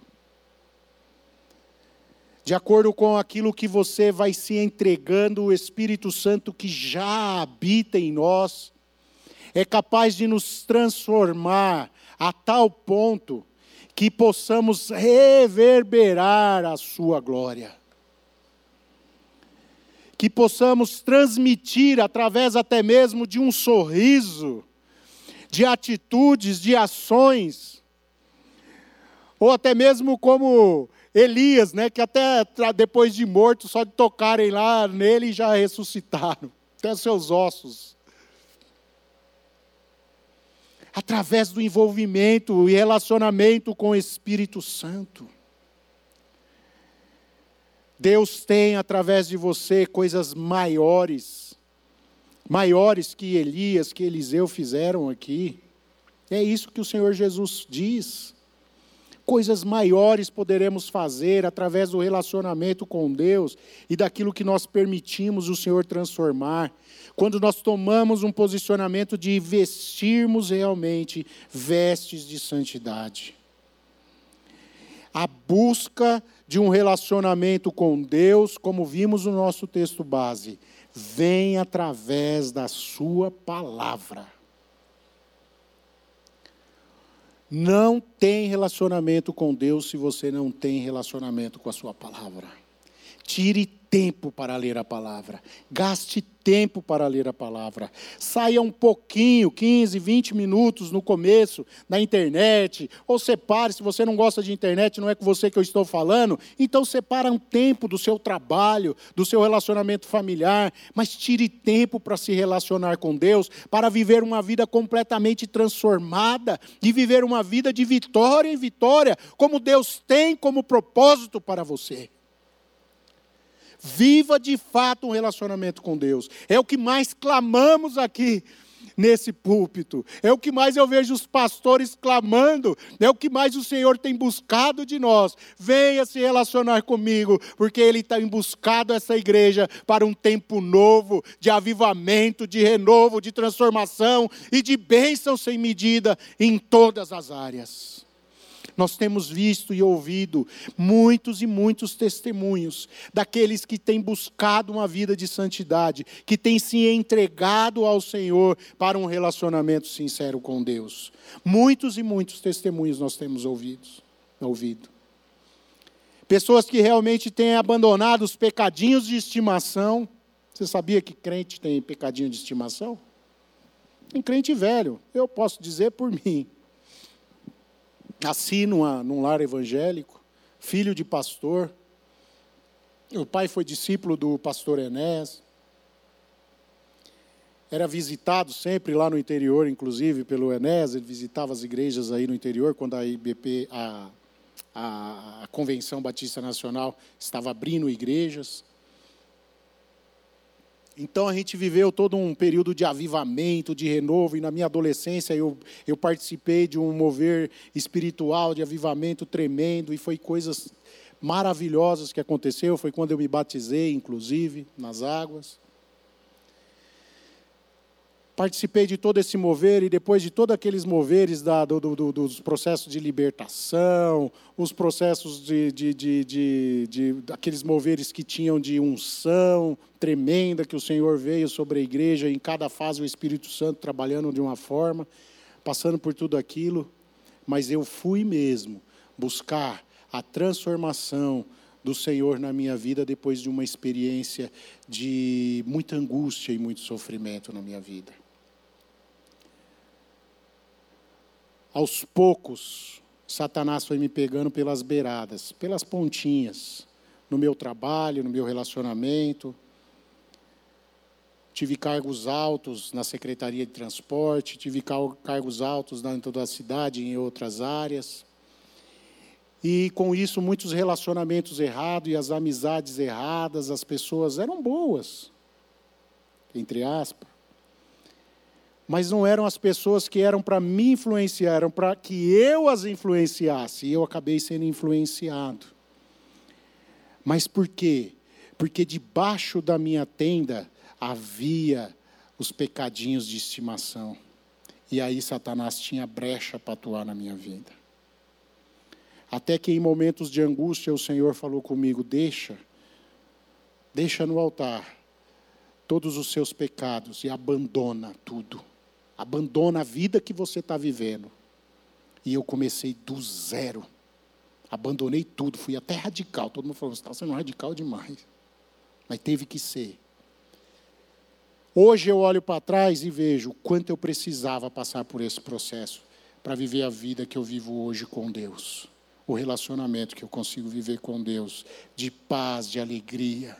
Speaker 1: De acordo com aquilo que você vai se entregando, o Espírito Santo que já habita em nós, é capaz de nos transformar a tal ponto que possamos reverberar a sua glória. Que possamos transmitir através até mesmo de um sorriso, de atitudes, de ações, ou até mesmo como Elias, né, que até depois de morto, só de tocarem lá nele já ressuscitaram, até seus ossos. Através do envolvimento e relacionamento com o Espírito Santo. Deus tem através de você coisas maiores que Elias, que Eliseu fizeram aqui. É isso que o Senhor Jesus diz. Coisas maiores poderemos fazer através do relacionamento com Deus e daquilo que nós permitimos o Senhor transformar. Quando nós tomamos um posicionamento de vestirmos realmente vestes de santidade. A busca de um relacionamento com Deus, como vimos no nosso texto base, vem através da sua palavra. Não tem relacionamento com Deus se você não tem relacionamento com a sua palavra. Tire tempo para ler a palavra. Gaste tempo para ler a palavra. Saia um pouquinho, 15, 20 minutos no começo, na internet. Ou separe, se você não gosta de internet, não é com você que eu estou falando. Então separa um tempo do seu trabalho, do seu relacionamento familiar. Mas tire tempo para se relacionar com Deus, para viver uma vida completamente transformada. E viver uma vida de vitória em vitória, como Deus tem como propósito para você. Viva de fato um relacionamento com Deus. É o que mais clamamos aqui nesse púlpito. É o que mais eu vejo os pastores clamando. É o que mais o Senhor tem buscado de nós. Venha se relacionar comigo, porque Ele tem buscado essa igreja para um tempo novo, de avivamento, de renovo, de transformação e de bênção sem medida em todas as áreas. Nós temos visto e ouvido muitos e muitos testemunhos daqueles que têm buscado uma vida de santidade, que têm se entregado ao Senhor para um relacionamento sincero com Deus. Muitos e muitos testemunhos nós temos ouvido. Pessoas que realmente têm abandonado os pecadinhos de estimação. Você sabia que crente tem pecadinho de estimação? Tem crente velho, eu posso dizer por mim. Nasci num lar evangélico, filho de pastor. Meu pai foi discípulo do pastor Enéas. Era visitado sempre lá no interior, inclusive, pelo Enéas. Ele visitava as igrejas aí no interior, quando a IBP, a Convenção Batista Nacional, estava abrindo igrejas. Então a gente viveu todo um período de avivamento, de renovo, e na minha adolescência eu participei de um mover espiritual de avivamento tremendo, e foi coisas maravilhosas que aconteceu. Foi quando eu me batizei, inclusive, nas águas. Participei de todo esse mover, e depois de todos aqueles moveres dos processos de libertação, os processos daqueles moveres que tinham de unção tremenda, que o Senhor veio sobre a igreja, em cada fase o Espírito Santo trabalhando de uma forma, passando por tudo aquilo, mas eu fui mesmo buscar a transformação do Senhor na minha vida depois de uma experiência de muita angústia e muito sofrimento na minha vida. Aos poucos, Satanás foi me pegando pelas beiradas, pelas pontinhas, no meu trabalho, no meu relacionamento. Tive cargos altos na Secretaria de Transporte, tive cargos altos dentro da cidade e em outras áreas. E com isso, muitos relacionamentos errados e as amizades erradas, as pessoas eram boas, entre aspas. Mas não eram as pessoas que eram para me influenciar, eram para que eu as influenciasse. E eu acabei sendo influenciado. Mas por quê? Porque debaixo da minha tenda havia os pecadinhos de estimação. E aí Satanás tinha brecha para atuar na minha vida. Até que em momentos de angústia o Senhor falou comigo, deixa no altar todos os seus pecados e abandona tudo. Abandona a vida que você está vivendo. E eu comecei do zero. Abandonei tudo, fui até radical. Todo mundo falou, você está sendo radical demais. Mas teve que ser. Hoje eu olho para trás e vejo o quanto eu precisava passar por esse processo para viver a vida que eu vivo hoje com Deus. O relacionamento que eu consigo viver com Deus, de paz, de alegria.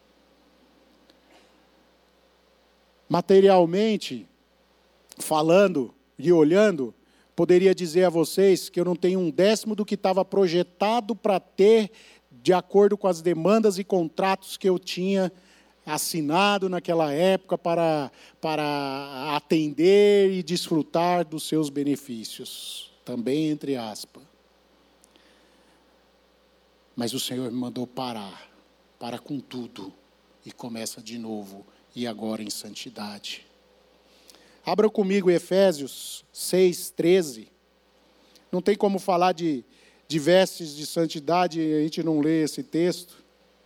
Speaker 1: Materialmente, falando e olhando, poderia dizer a vocês que eu não tenho 1/10 do que estava projetado para ter, de acordo com as demandas e contratos que eu tinha assinado naquela época para atender e desfrutar dos seus benefícios, também entre aspas. Mas o Senhor me mandou para com tudo, e começa de novo, e agora em santidade. Abra comigo Efésios 6:13. Não tem como falar de vestes de santidade e a gente não lê esse texto.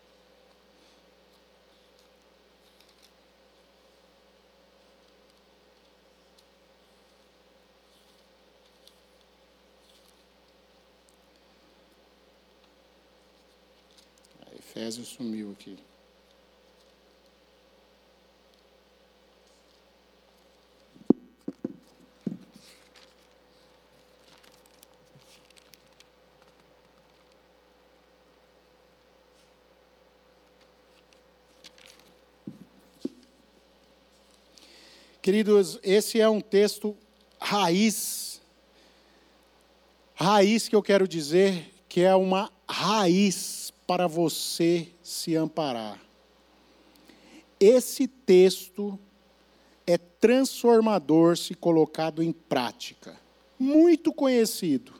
Speaker 1: Efésios sumiu aqui. Queridos, esse é um texto raiz. Raiz que eu quero dizer que é uma raiz para você se amparar. Esse texto é transformador se colocado em prática. Muito conhecido.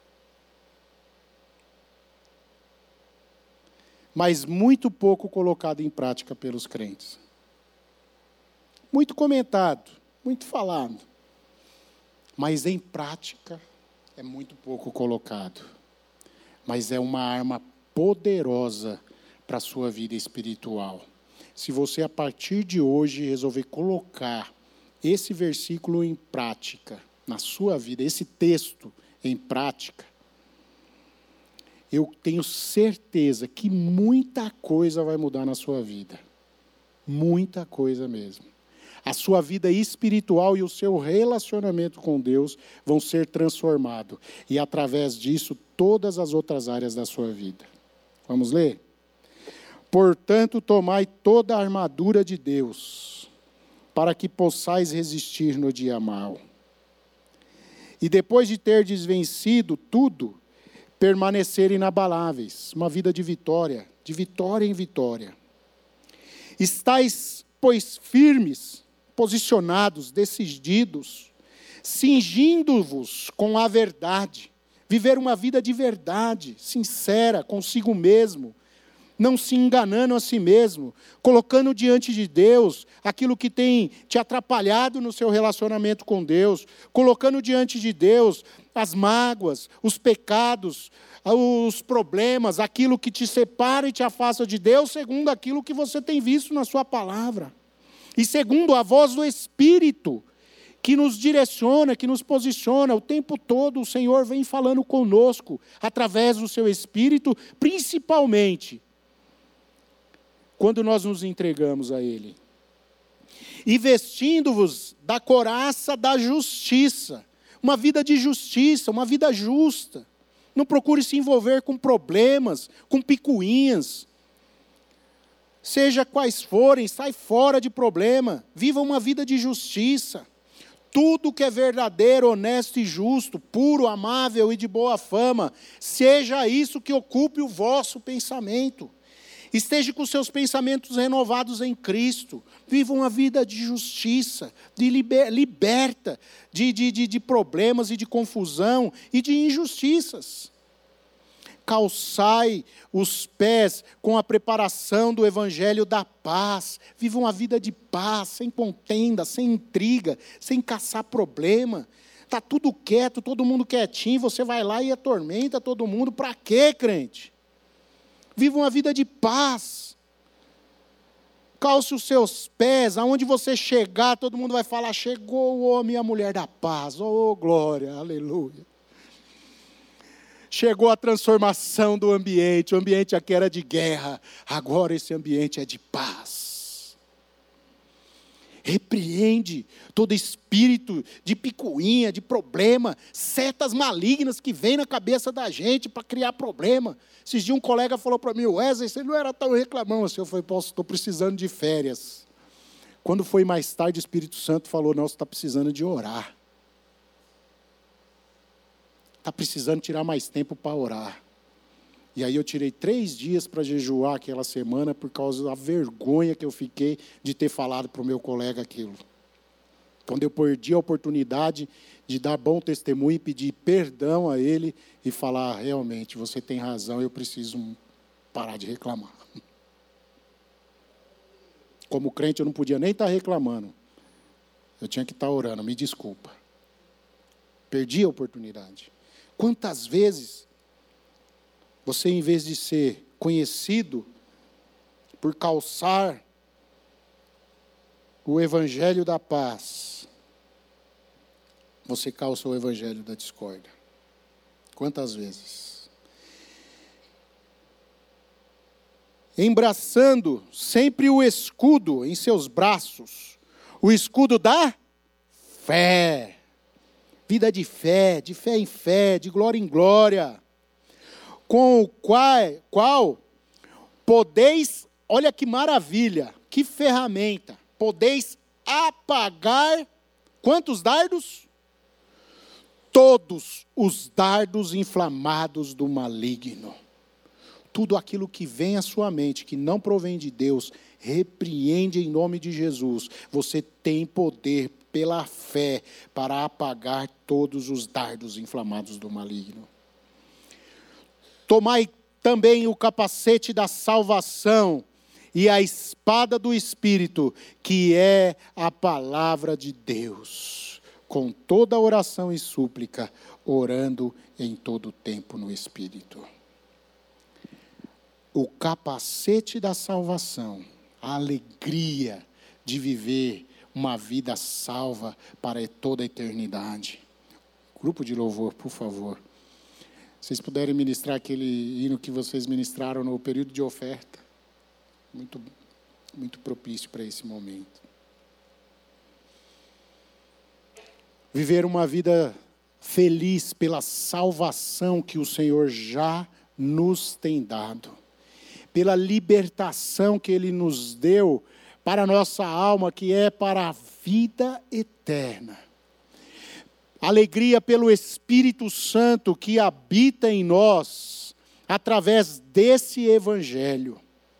Speaker 1: Mas muito pouco colocado em prática pelos crentes. Muito comentado, muito falado. Mas em prática é muito pouco colocado. Mas é uma arma poderosa para a sua vida espiritual. Se você, a partir de hoje, resolver colocar esse versículo em prática, na sua vida, esse texto em prática, eu tenho certeza que muita coisa vai mudar na sua vida. Muita coisa mesmo. A sua vida espiritual e o seu relacionamento com Deus vão ser transformados. E, através disso, todas as outras áreas da sua vida. Vamos ler? Portanto, tomai toda a armadura de Deus, para que possais resistir no dia mau. E depois de terdes vencido tudo, permanecer inabaláveis. Uma vida de vitória em vitória. Estais, pois, firmes, posicionados, decididos, cingindo-vos com a verdade, viver uma vida de verdade, sincera, consigo mesmo, não se enganando a si mesmo, colocando diante de Deus aquilo que tem te atrapalhado no seu relacionamento com Deus, colocando diante de Deus as mágoas, os pecados, os problemas, aquilo que te separa e te afasta de Deus, segundo aquilo que você tem visto na sua palavra. E segundo a voz do Espírito, que nos direciona, que nos posiciona, o tempo todo o Senhor vem falando conosco, através do seu Espírito, principalmente, quando nós nos entregamos a Ele. E vestindo-vos da couraça da justiça, uma vida de justiça, uma vida justa. Não procure se envolver com problemas, com picuinhas. Seja quais forem, sai fora de problema. Viva uma vida de justiça. Tudo que é verdadeiro, honesto e justo, puro, amável e de boa fama, seja isso que ocupe o vosso pensamento. Esteja com seus pensamentos renovados em Cristo. Viva uma vida de justiça, liberta de problemas e de confusão e de injustiças. Calçai os pés com a preparação do evangelho da paz. Viva uma vida de paz, sem contenda, sem intriga, sem caçar problema. Está tudo quieto, todo mundo quietinho, você vai lá e atormenta todo mundo. Para quê, crente? Viva uma vida de paz. Calce os seus pés, aonde você chegar, todo mundo vai falar, chegou o homem e a mulher da paz. Oh, glória, aleluia. Chegou a transformação do ambiente. O ambiente aqui era de guerra, agora esse ambiente é de paz. Repreende todo espírito de picuinha, de problema, setas malignas que vêm na cabeça da gente para criar problema. Esses dias um colega falou para mim, Wesley, você não era tão reclamão assim. Eu falei, estou precisando de férias. Quando foi mais tarde, o Espírito Santo falou, não, você está precisando de orar. Está precisando tirar mais tempo para orar. E aí eu tirei 3 dias para jejuar aquela semana por causa da vergonha que eu fiquei de ter falado para o meu colega aquilo. Quando eu perdi a oportunidade de dar bom testemunho e pedir perdão a ele e falar, realmente, você tem razão, eu preciso parar de reclamar. Como crente eu não podia nem estar reclamando. Eu tinha que estar orando, me desculpa. Perdi a oportunidade. Quantas vezes você, em vez de ser conhecido por calçar o evangelho da paz, você calça o evangelho da discórdia? Quantas vezes? Embraçando sempre o escudo em seus braços, o escudo da fé. Vida de fé em fé, de glória em glória. Com o qual podeis, olha que maravilha, que ferramenta, podeis apagar, quantos dardos? Todos os dardos inflamados do maligno. Tudo aquilo que vem à sua mente, que não provém de Deus, repreende em nome de Jesus. Você tem poder pela fé para apagar todos os dardos inflamados do maligno. Tomai também o capacete da salvação e a espada do Espírito, que é a palavra de Deus, com toda oração e súplica, orando em todo tempo no Espírito. O capacete da salvação, a alegria de viver uma vida salva para toda a eternidade. Grupo de louvor, por favor. Vocês puderem ministrar aquele hino que vocês ministraram no período de oferta. Muito, muito propício para esse momento. Viver uma vida feliz pela salvação que o Senhor já nos tem dado. Pela libertação que Ele nos deu para a nossa alma, que é para a vida eterna. Alegria pelo Espírito Santo que habita em nós, através desse Evangelho.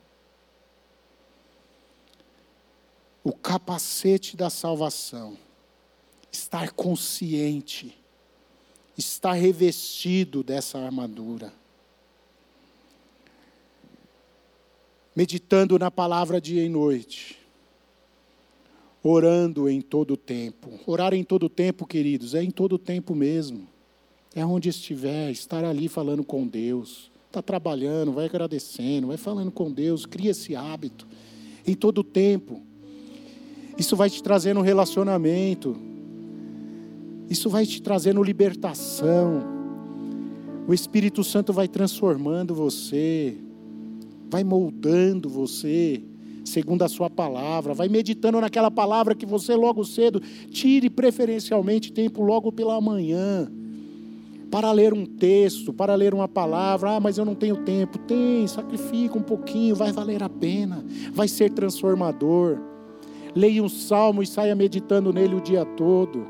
Speaker 1: O capacete da salvação. Estar consciente, estar revestido dessa armadura. Meditando na palavra dia e noite. Orando em todo o tempo. Orar em todo o tempo, queridos, é em todo o tempo mesmo. É onde estiver, estar ali falando com Deus. Está trabalhando, vai agradecendo, vai falando com Deus, cria esse hábito. Em todo o tempo. Isso vai te trazendo um relacionamento. Isso vai te trazendo libertação. O Espírito Santo vai transformando você. Vai moldando você, segundo a sua palavra. Vai meditando naquela palavra que você logo cedo, tire preferencialmente tempo logo pela manhã, para ler um texto, para ler uma palavra. Mas eu não tenho tempo. Tem, sacrifica um pouquinho, vai valer a pena. Vai ser transformador. Leia um salmo e saia meditando nele o dia todo.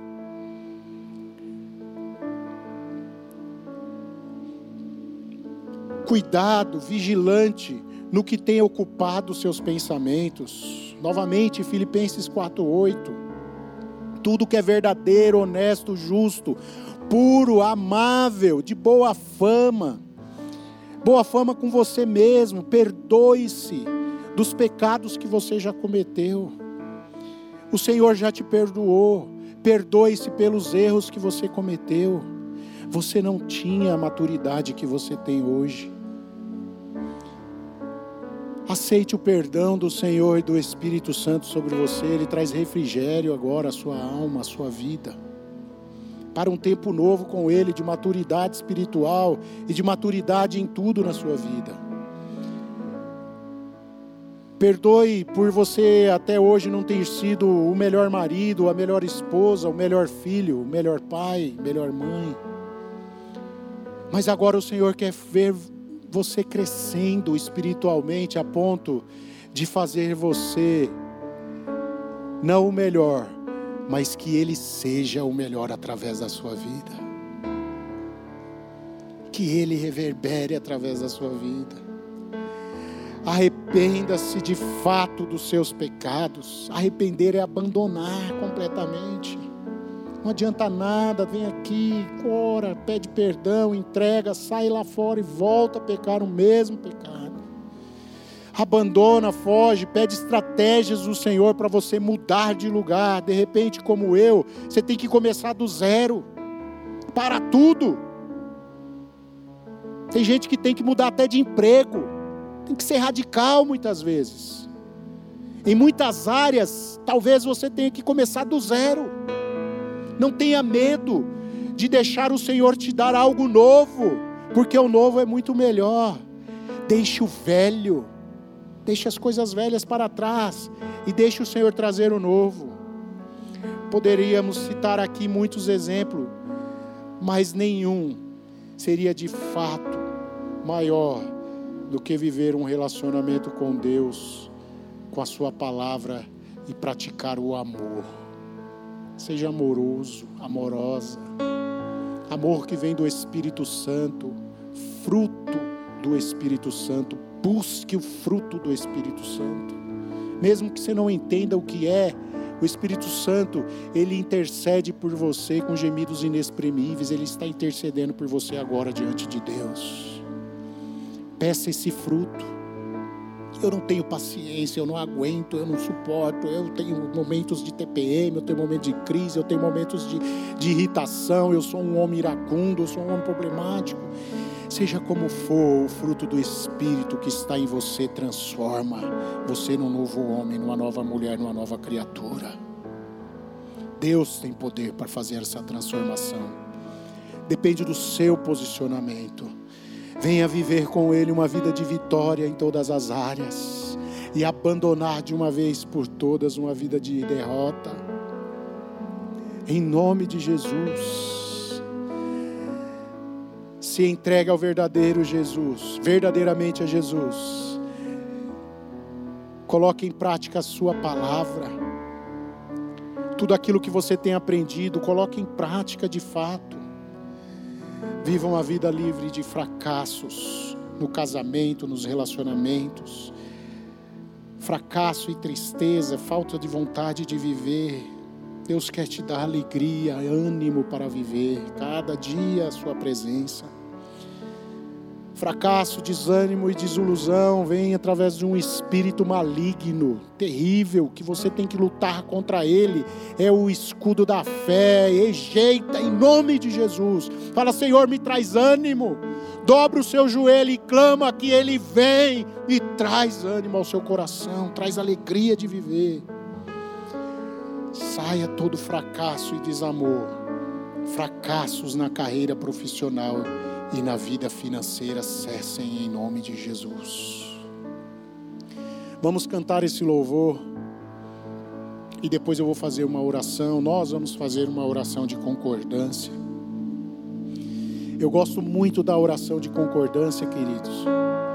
Speaker 1: Cuidado, vigilante, no que tem ocupado os seus pensamentos. Novamente, Filipenses 4:8. Tudo que é verdadeiro, honesto, justo, puro, amável, de boa fama com você mesmo. Perdoe-se dos pecados que você já cometeu. O Senhor já te perdoou. Perdoe-se pelos erros que você cometeu. Você não tinha a maturidade que você tem hoje. Aceite o perdão do Senhor e do Espírito Santo sobre você. Ele traz refrigério agora à sua alma, à sua vida, para um tempo novo com Ele, de maturidade espiritual e de maturidade em tudo na sua vida. Perdoe por você até hoje não ter sido o melhor marido, a melhor esposa, o melhor filho, o melhor pai, melhor mãe. Mas agora o Senhor quer ver você crescendo espiritualmente a ponto de fazer você não o melhor, mas que Ele seja o melhor através da sua vida. Que Ele reverbere através da sua vida. Arrependa-se de fato dos seus pecados. Arrepender é abandonar completamente. Não adianta nada, vem aqui, ora, pede perdão, entrega, sai lá fora e volta a pecar o mesmo pecado. Abandona, foge, pede estratégias do Senhor para você mudar de lugar. De repente, como eu, você tem que começar do zero. Para tudo. Tem gente que tem que mudar até de emprego. Tem que ser radical muitas vezes. Em muitas áreas, talvez você tenha que começar do zero. Não tenha medo de deixar o Senhor te dar algo novo, porque o novo é muito melhor. Deixe o velho, deixe as coisas velhas para trás e deixe o Senhor trazer o novo. Poderíamos citar aqui muitos exemplos, mas nenhum seria de fato maior do que viver um relacionamento com Deus, com a sua palavra e praticar o amor. Seja amoroso, amorosa. Amor que vem do Espírito Santo, fruto do Espírito Santo. Busque o fruto do Espírito Santo. Mesmo que você não entenda o que é, o Espírito Santo, Ele intercede por você com gemidos inexprimíveis. Ele está intercedendo por você agora diante de Deus. Peça esse fruto. Eu não tenho paciência, eu não aguento, eu não suporto, eu tenho momentos de TPM, eu tenho momentos de crise, eu tenho momentos de irritação, eu sou um homem iracundo, eu sou um homem problemático. Seja como for, o fruto do Espírito que está em você transforma você num novo homem, numa nova mulher, numa nova criatura. Deus tem poder para fazer essa transformação. Depende do seu posicionamento. Venha viver com Ele uma vida de vitória em todas as áreas e abandonar de uma vez por todas uma vida de derrota. Em nome de Jesus, se entregue ao verdadeiro Jesus, verdadeiramente a Jesus. Coloque em prática a sua palavra. Tudo aquilo que você tem aprendido, coloque em prática de fato. Viva uma vida livre de fracassos no casamento, nos relacionamentos. Fracasso e tristeza, falta de vontade de viver. Deus quer te dar alegria, ânimo para viver cada dia a sua presença. Fracasso, desânimo e desilusão vem através de um espírito maligno, terrível, que você tem que lutar contra ele. É o escudo da fé. Rejeita em nome de Jesus. Fala: Senhor, me traz ânimo. Dobra o seu joelho e clama que Ele vem e traz ânimo ao seu coração, traz alegria de viver. Saia todo fracasso e desamor, fracassos na carreira profissional e na vida financeira, cessem em nome de Jesus. Vamos cantar esse louvor e depois eu vou fazer uma oração. Nós vamos fazer uma oração de concordância. Eu gosto muito da oração de concordância, queridos,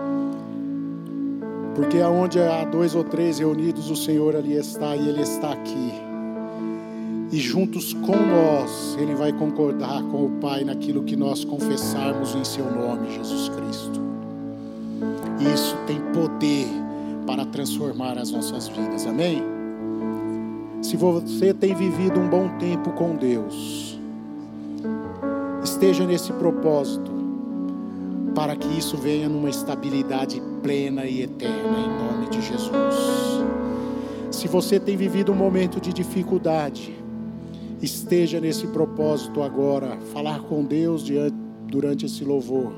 Speaker 1: porque aonde há 2 ou 3 reunidos, o Senhor ali está e Ele está aqui. E juntos com nós, Ele vai concordar com o Pai naquilo que nós confessarmos em Seu nome, Jesus Cristo. E isso tem poder para transformar as nossas vidas, amém? Se você tem vivido um bom tempo com Deus, esteja nesse propósito, para que isso venha numa estabilidade plena e eterna, em nome de Jesus. Se você tem vivido um momento de dificuldade, esteja nesse propósito agora, falar com Deus durante esse louvor,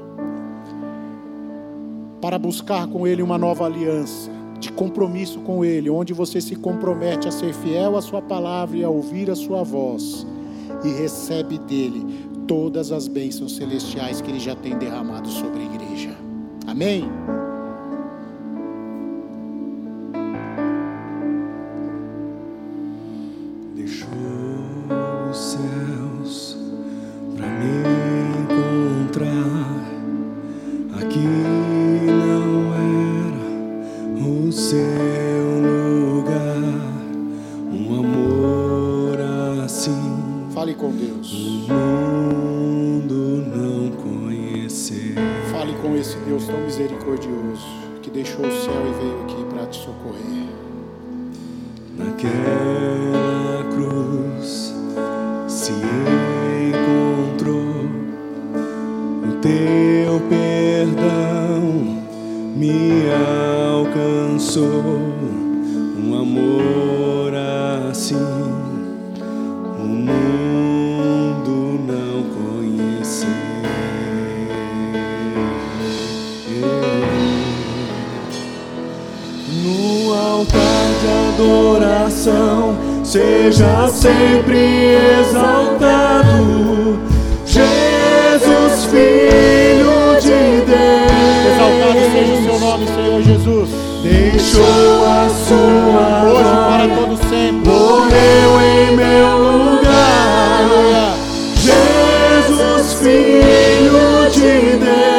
Speaker 1: para buscar com Ele uma nova aliança, de compromisso com Ele, onde você se compromete a ser fiel à sua palavra e a ouvir a sua voz, e recebe dEle todas as bênçãos celestiais que Ele já tem derramado sobre a igreja. Amém?
Speaker 2: Deixou os céus pra me encontrar. Aqui não era o seu lugar. Um amor assim.
Speaker 1: Fale com Deus.
Speaker 2: O mundo não conhecer.
Speaker 1: Fale com esse Deus tão misericordioso, que deixou o céu e veio aqui para te socorrer.
Speaker 2: Naquela cruz se encontrou o teu perdão, me alcançou. Um amor assim o mundo não conhecer. No altar de adoração, seja sempre exaltado, Jesus, Filho de Deus.
Speaker 1: Exaltado seja o seu nome, Senhor Jesus.
Speaker 2: Deixou a sua
Speaker 1: Hoje
Speaker 2: glória,
Speaker 1: para todo sempre.
Speaker 2: morreu em meu lugar.
Speaker 1: Aleluia.
Speaker 2: Jesus, Filho de Deus.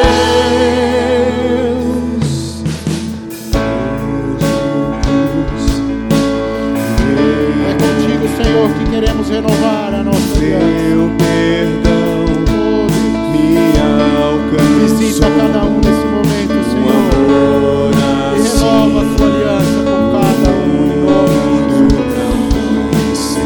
Speaker 1: É contigo, Senhor, que queremos renovar a nossa aliança.
Speaker 2: Teu perdão me alcançou.
Speaker 1: Visita cada um nesse momento, Senhor, e renova a sua aliança com cada um, em nome de Jesus.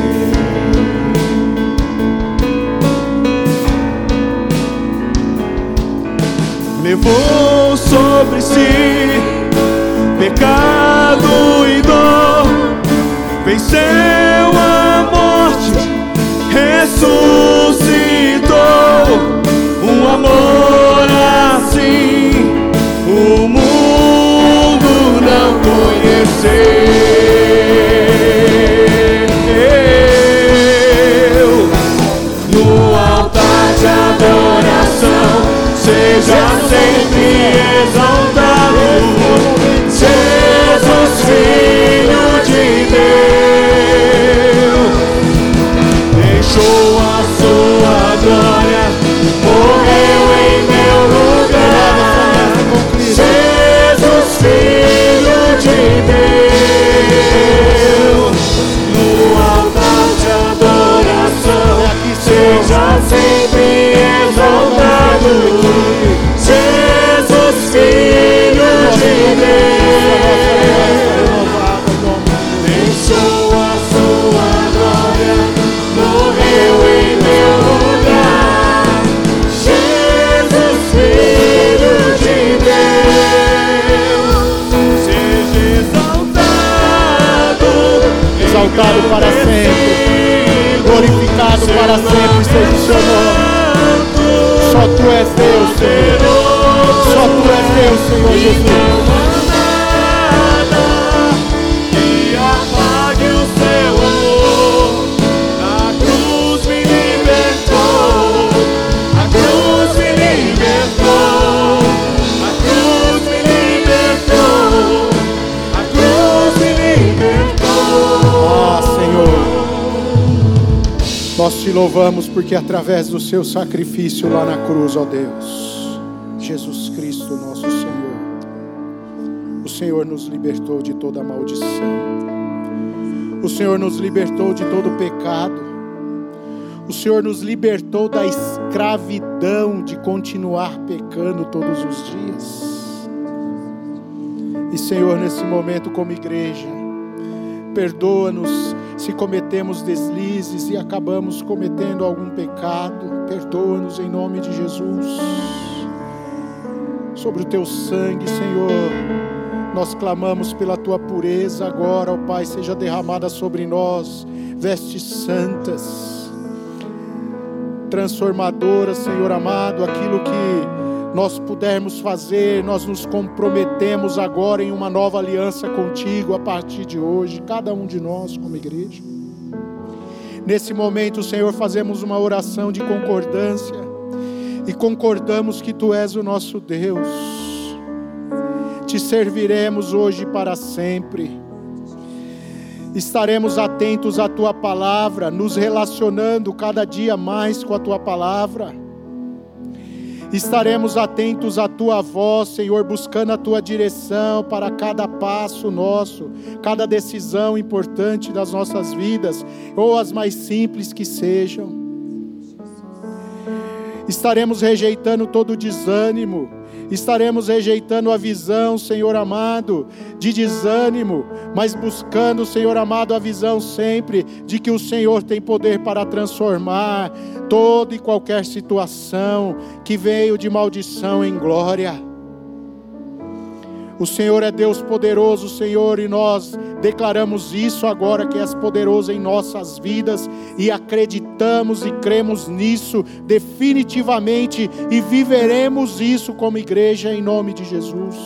Speaker 2: Levou sobre si pecado e dor, venceu a morte, ressuscitou. Um amor assim o mundo não conheceu. No altar de adoração, seja sempre exaltado, Jesus, Filho de Deus. Deixou a sua glória, morreu em meu lugar. Jesus, Filho de Deus. No altar de adoração, seja sempre exaltado, Jesus, Filho de Deus. Deixou a sua glória, morreu em meu lugar. Jesus, Filho de Deus. Seja exaltado,
Speaker 1: Exaltado para sempre, glorificado para sempre seja o seu nome. Só tu és Deus, Senhor. Só tu és Deus, Senhor Jesus.
Speaker 2: que apague o seu amor. A cruz me libertou, a cruz me libertou, a cruz me libertou, a cruz me libertou.
Speaker 1: Ah, Senhor, nós te louvamos porque através do seu sacrifício lá na cruz, ó Deus, Jesus Cristo, nosso Senhor, o Senhor nos libertou de toda maldição, o Senhor nos libertou de todo pecado, o Senhor nos libertou da escravidão de continuar pecando todos os dias. E Senhor, nesse momento como igreja, perdoa-nos se cometemos deslizes e acabamos cometendo algum pecado. Perdoa-nos em nome de Jesus. Sobre o teu sangue, Senhor, nós clamamos pela tua pureza agora, ó Pai, seja derramada sobre nós, vestes santas, transformadoras, Senhor amado, aquilo que nós pudermos fazer, nós nos comprometemos agora em uma nova aliança contigo a partir de hoje, cada um de nós como igreja. Nesse momento, Senhor, fazemos uma oração de concordância e concordamos que Tu és o nosso Deus. Te serviremos hoje para sempre. Estaremos atentos à Tua palavra, nos relacionando cada dia mais com a Tua palavra. Estaremos atentos à Tua voz, Senhor, buscando a Tua direção para cada passo nosso, cada decisão importante das nossas vidas, ou as mais simples que sejam. Estaremos rejeitando todo desânimo, estaremos rejeitando a visão, Senhor amado, de desânimo, mas buscando, Senhor amado, a visão sempre de que o Senhor tem poder para transformar toda e qualquer situação que veio de maldição em glória. O Senhor é Deus poderoso, Senhor, e nós declaramos isso agora, que és poderoso em nossas vidas, e acreditamos e cremos nisso definitivamente, e viveremos isso como igreja em nome de Jesus.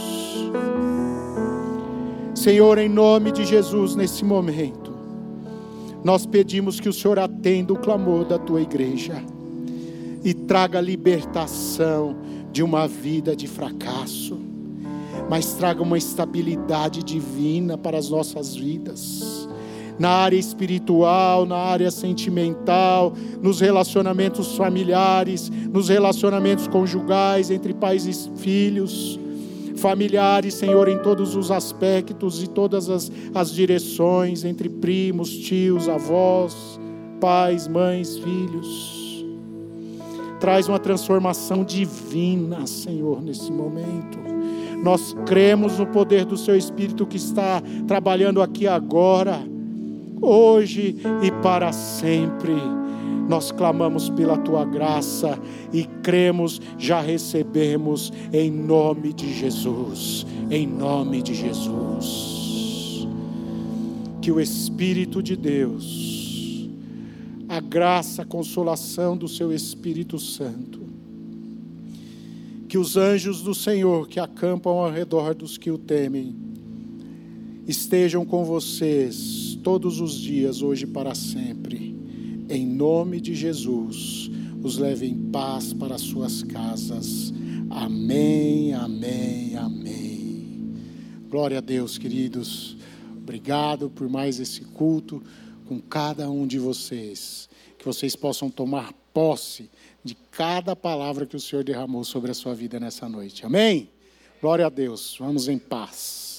Speaker 1: Senhor, em nome de Jesus, nesse momento, nós pedimos que o Senhor atenda o clamor da Tua igreja, e traga libertação de uma vida de fracasso, mas traga uma estabilidade divina para as nossas vidas, na área espiritual, na área sentimental, nos relacionamentos familiares, nos relacionamentos conjugais, entre pais e filhos, familiares, Senhor, em todos os aspectos e todas as direções, entre primos, tios, avós, pais, mães, filhos. Traz uma transformação divina, Senhor, nesse momento. Nós cremos no poder do Seu Espírito que está trabalhando aqui agora, hoje e para sempre. Nós clamamos pela Tua graça e cremos, já recebemos em nome de Jesus, em nome de Jesus. Que o Espírito de Deus, a graça, a consolação do Seu Espírito Santo, que os anjos do Senhor que acampam ao redor dos que o temem, estejam com vocês todos os dias, hoje e para sempre. Em nome de Jesus, os leve em paz para suas casas. Amém, amém, amém. Glória a Deus, queridos. Obrigado por mais esse culto com cada um de vocês. Que vocês possam tomar posse de cada palavra que o Senhor derramou sobre a sua vida nessa noite. Amém? Glória a Deus. Vamos em paz.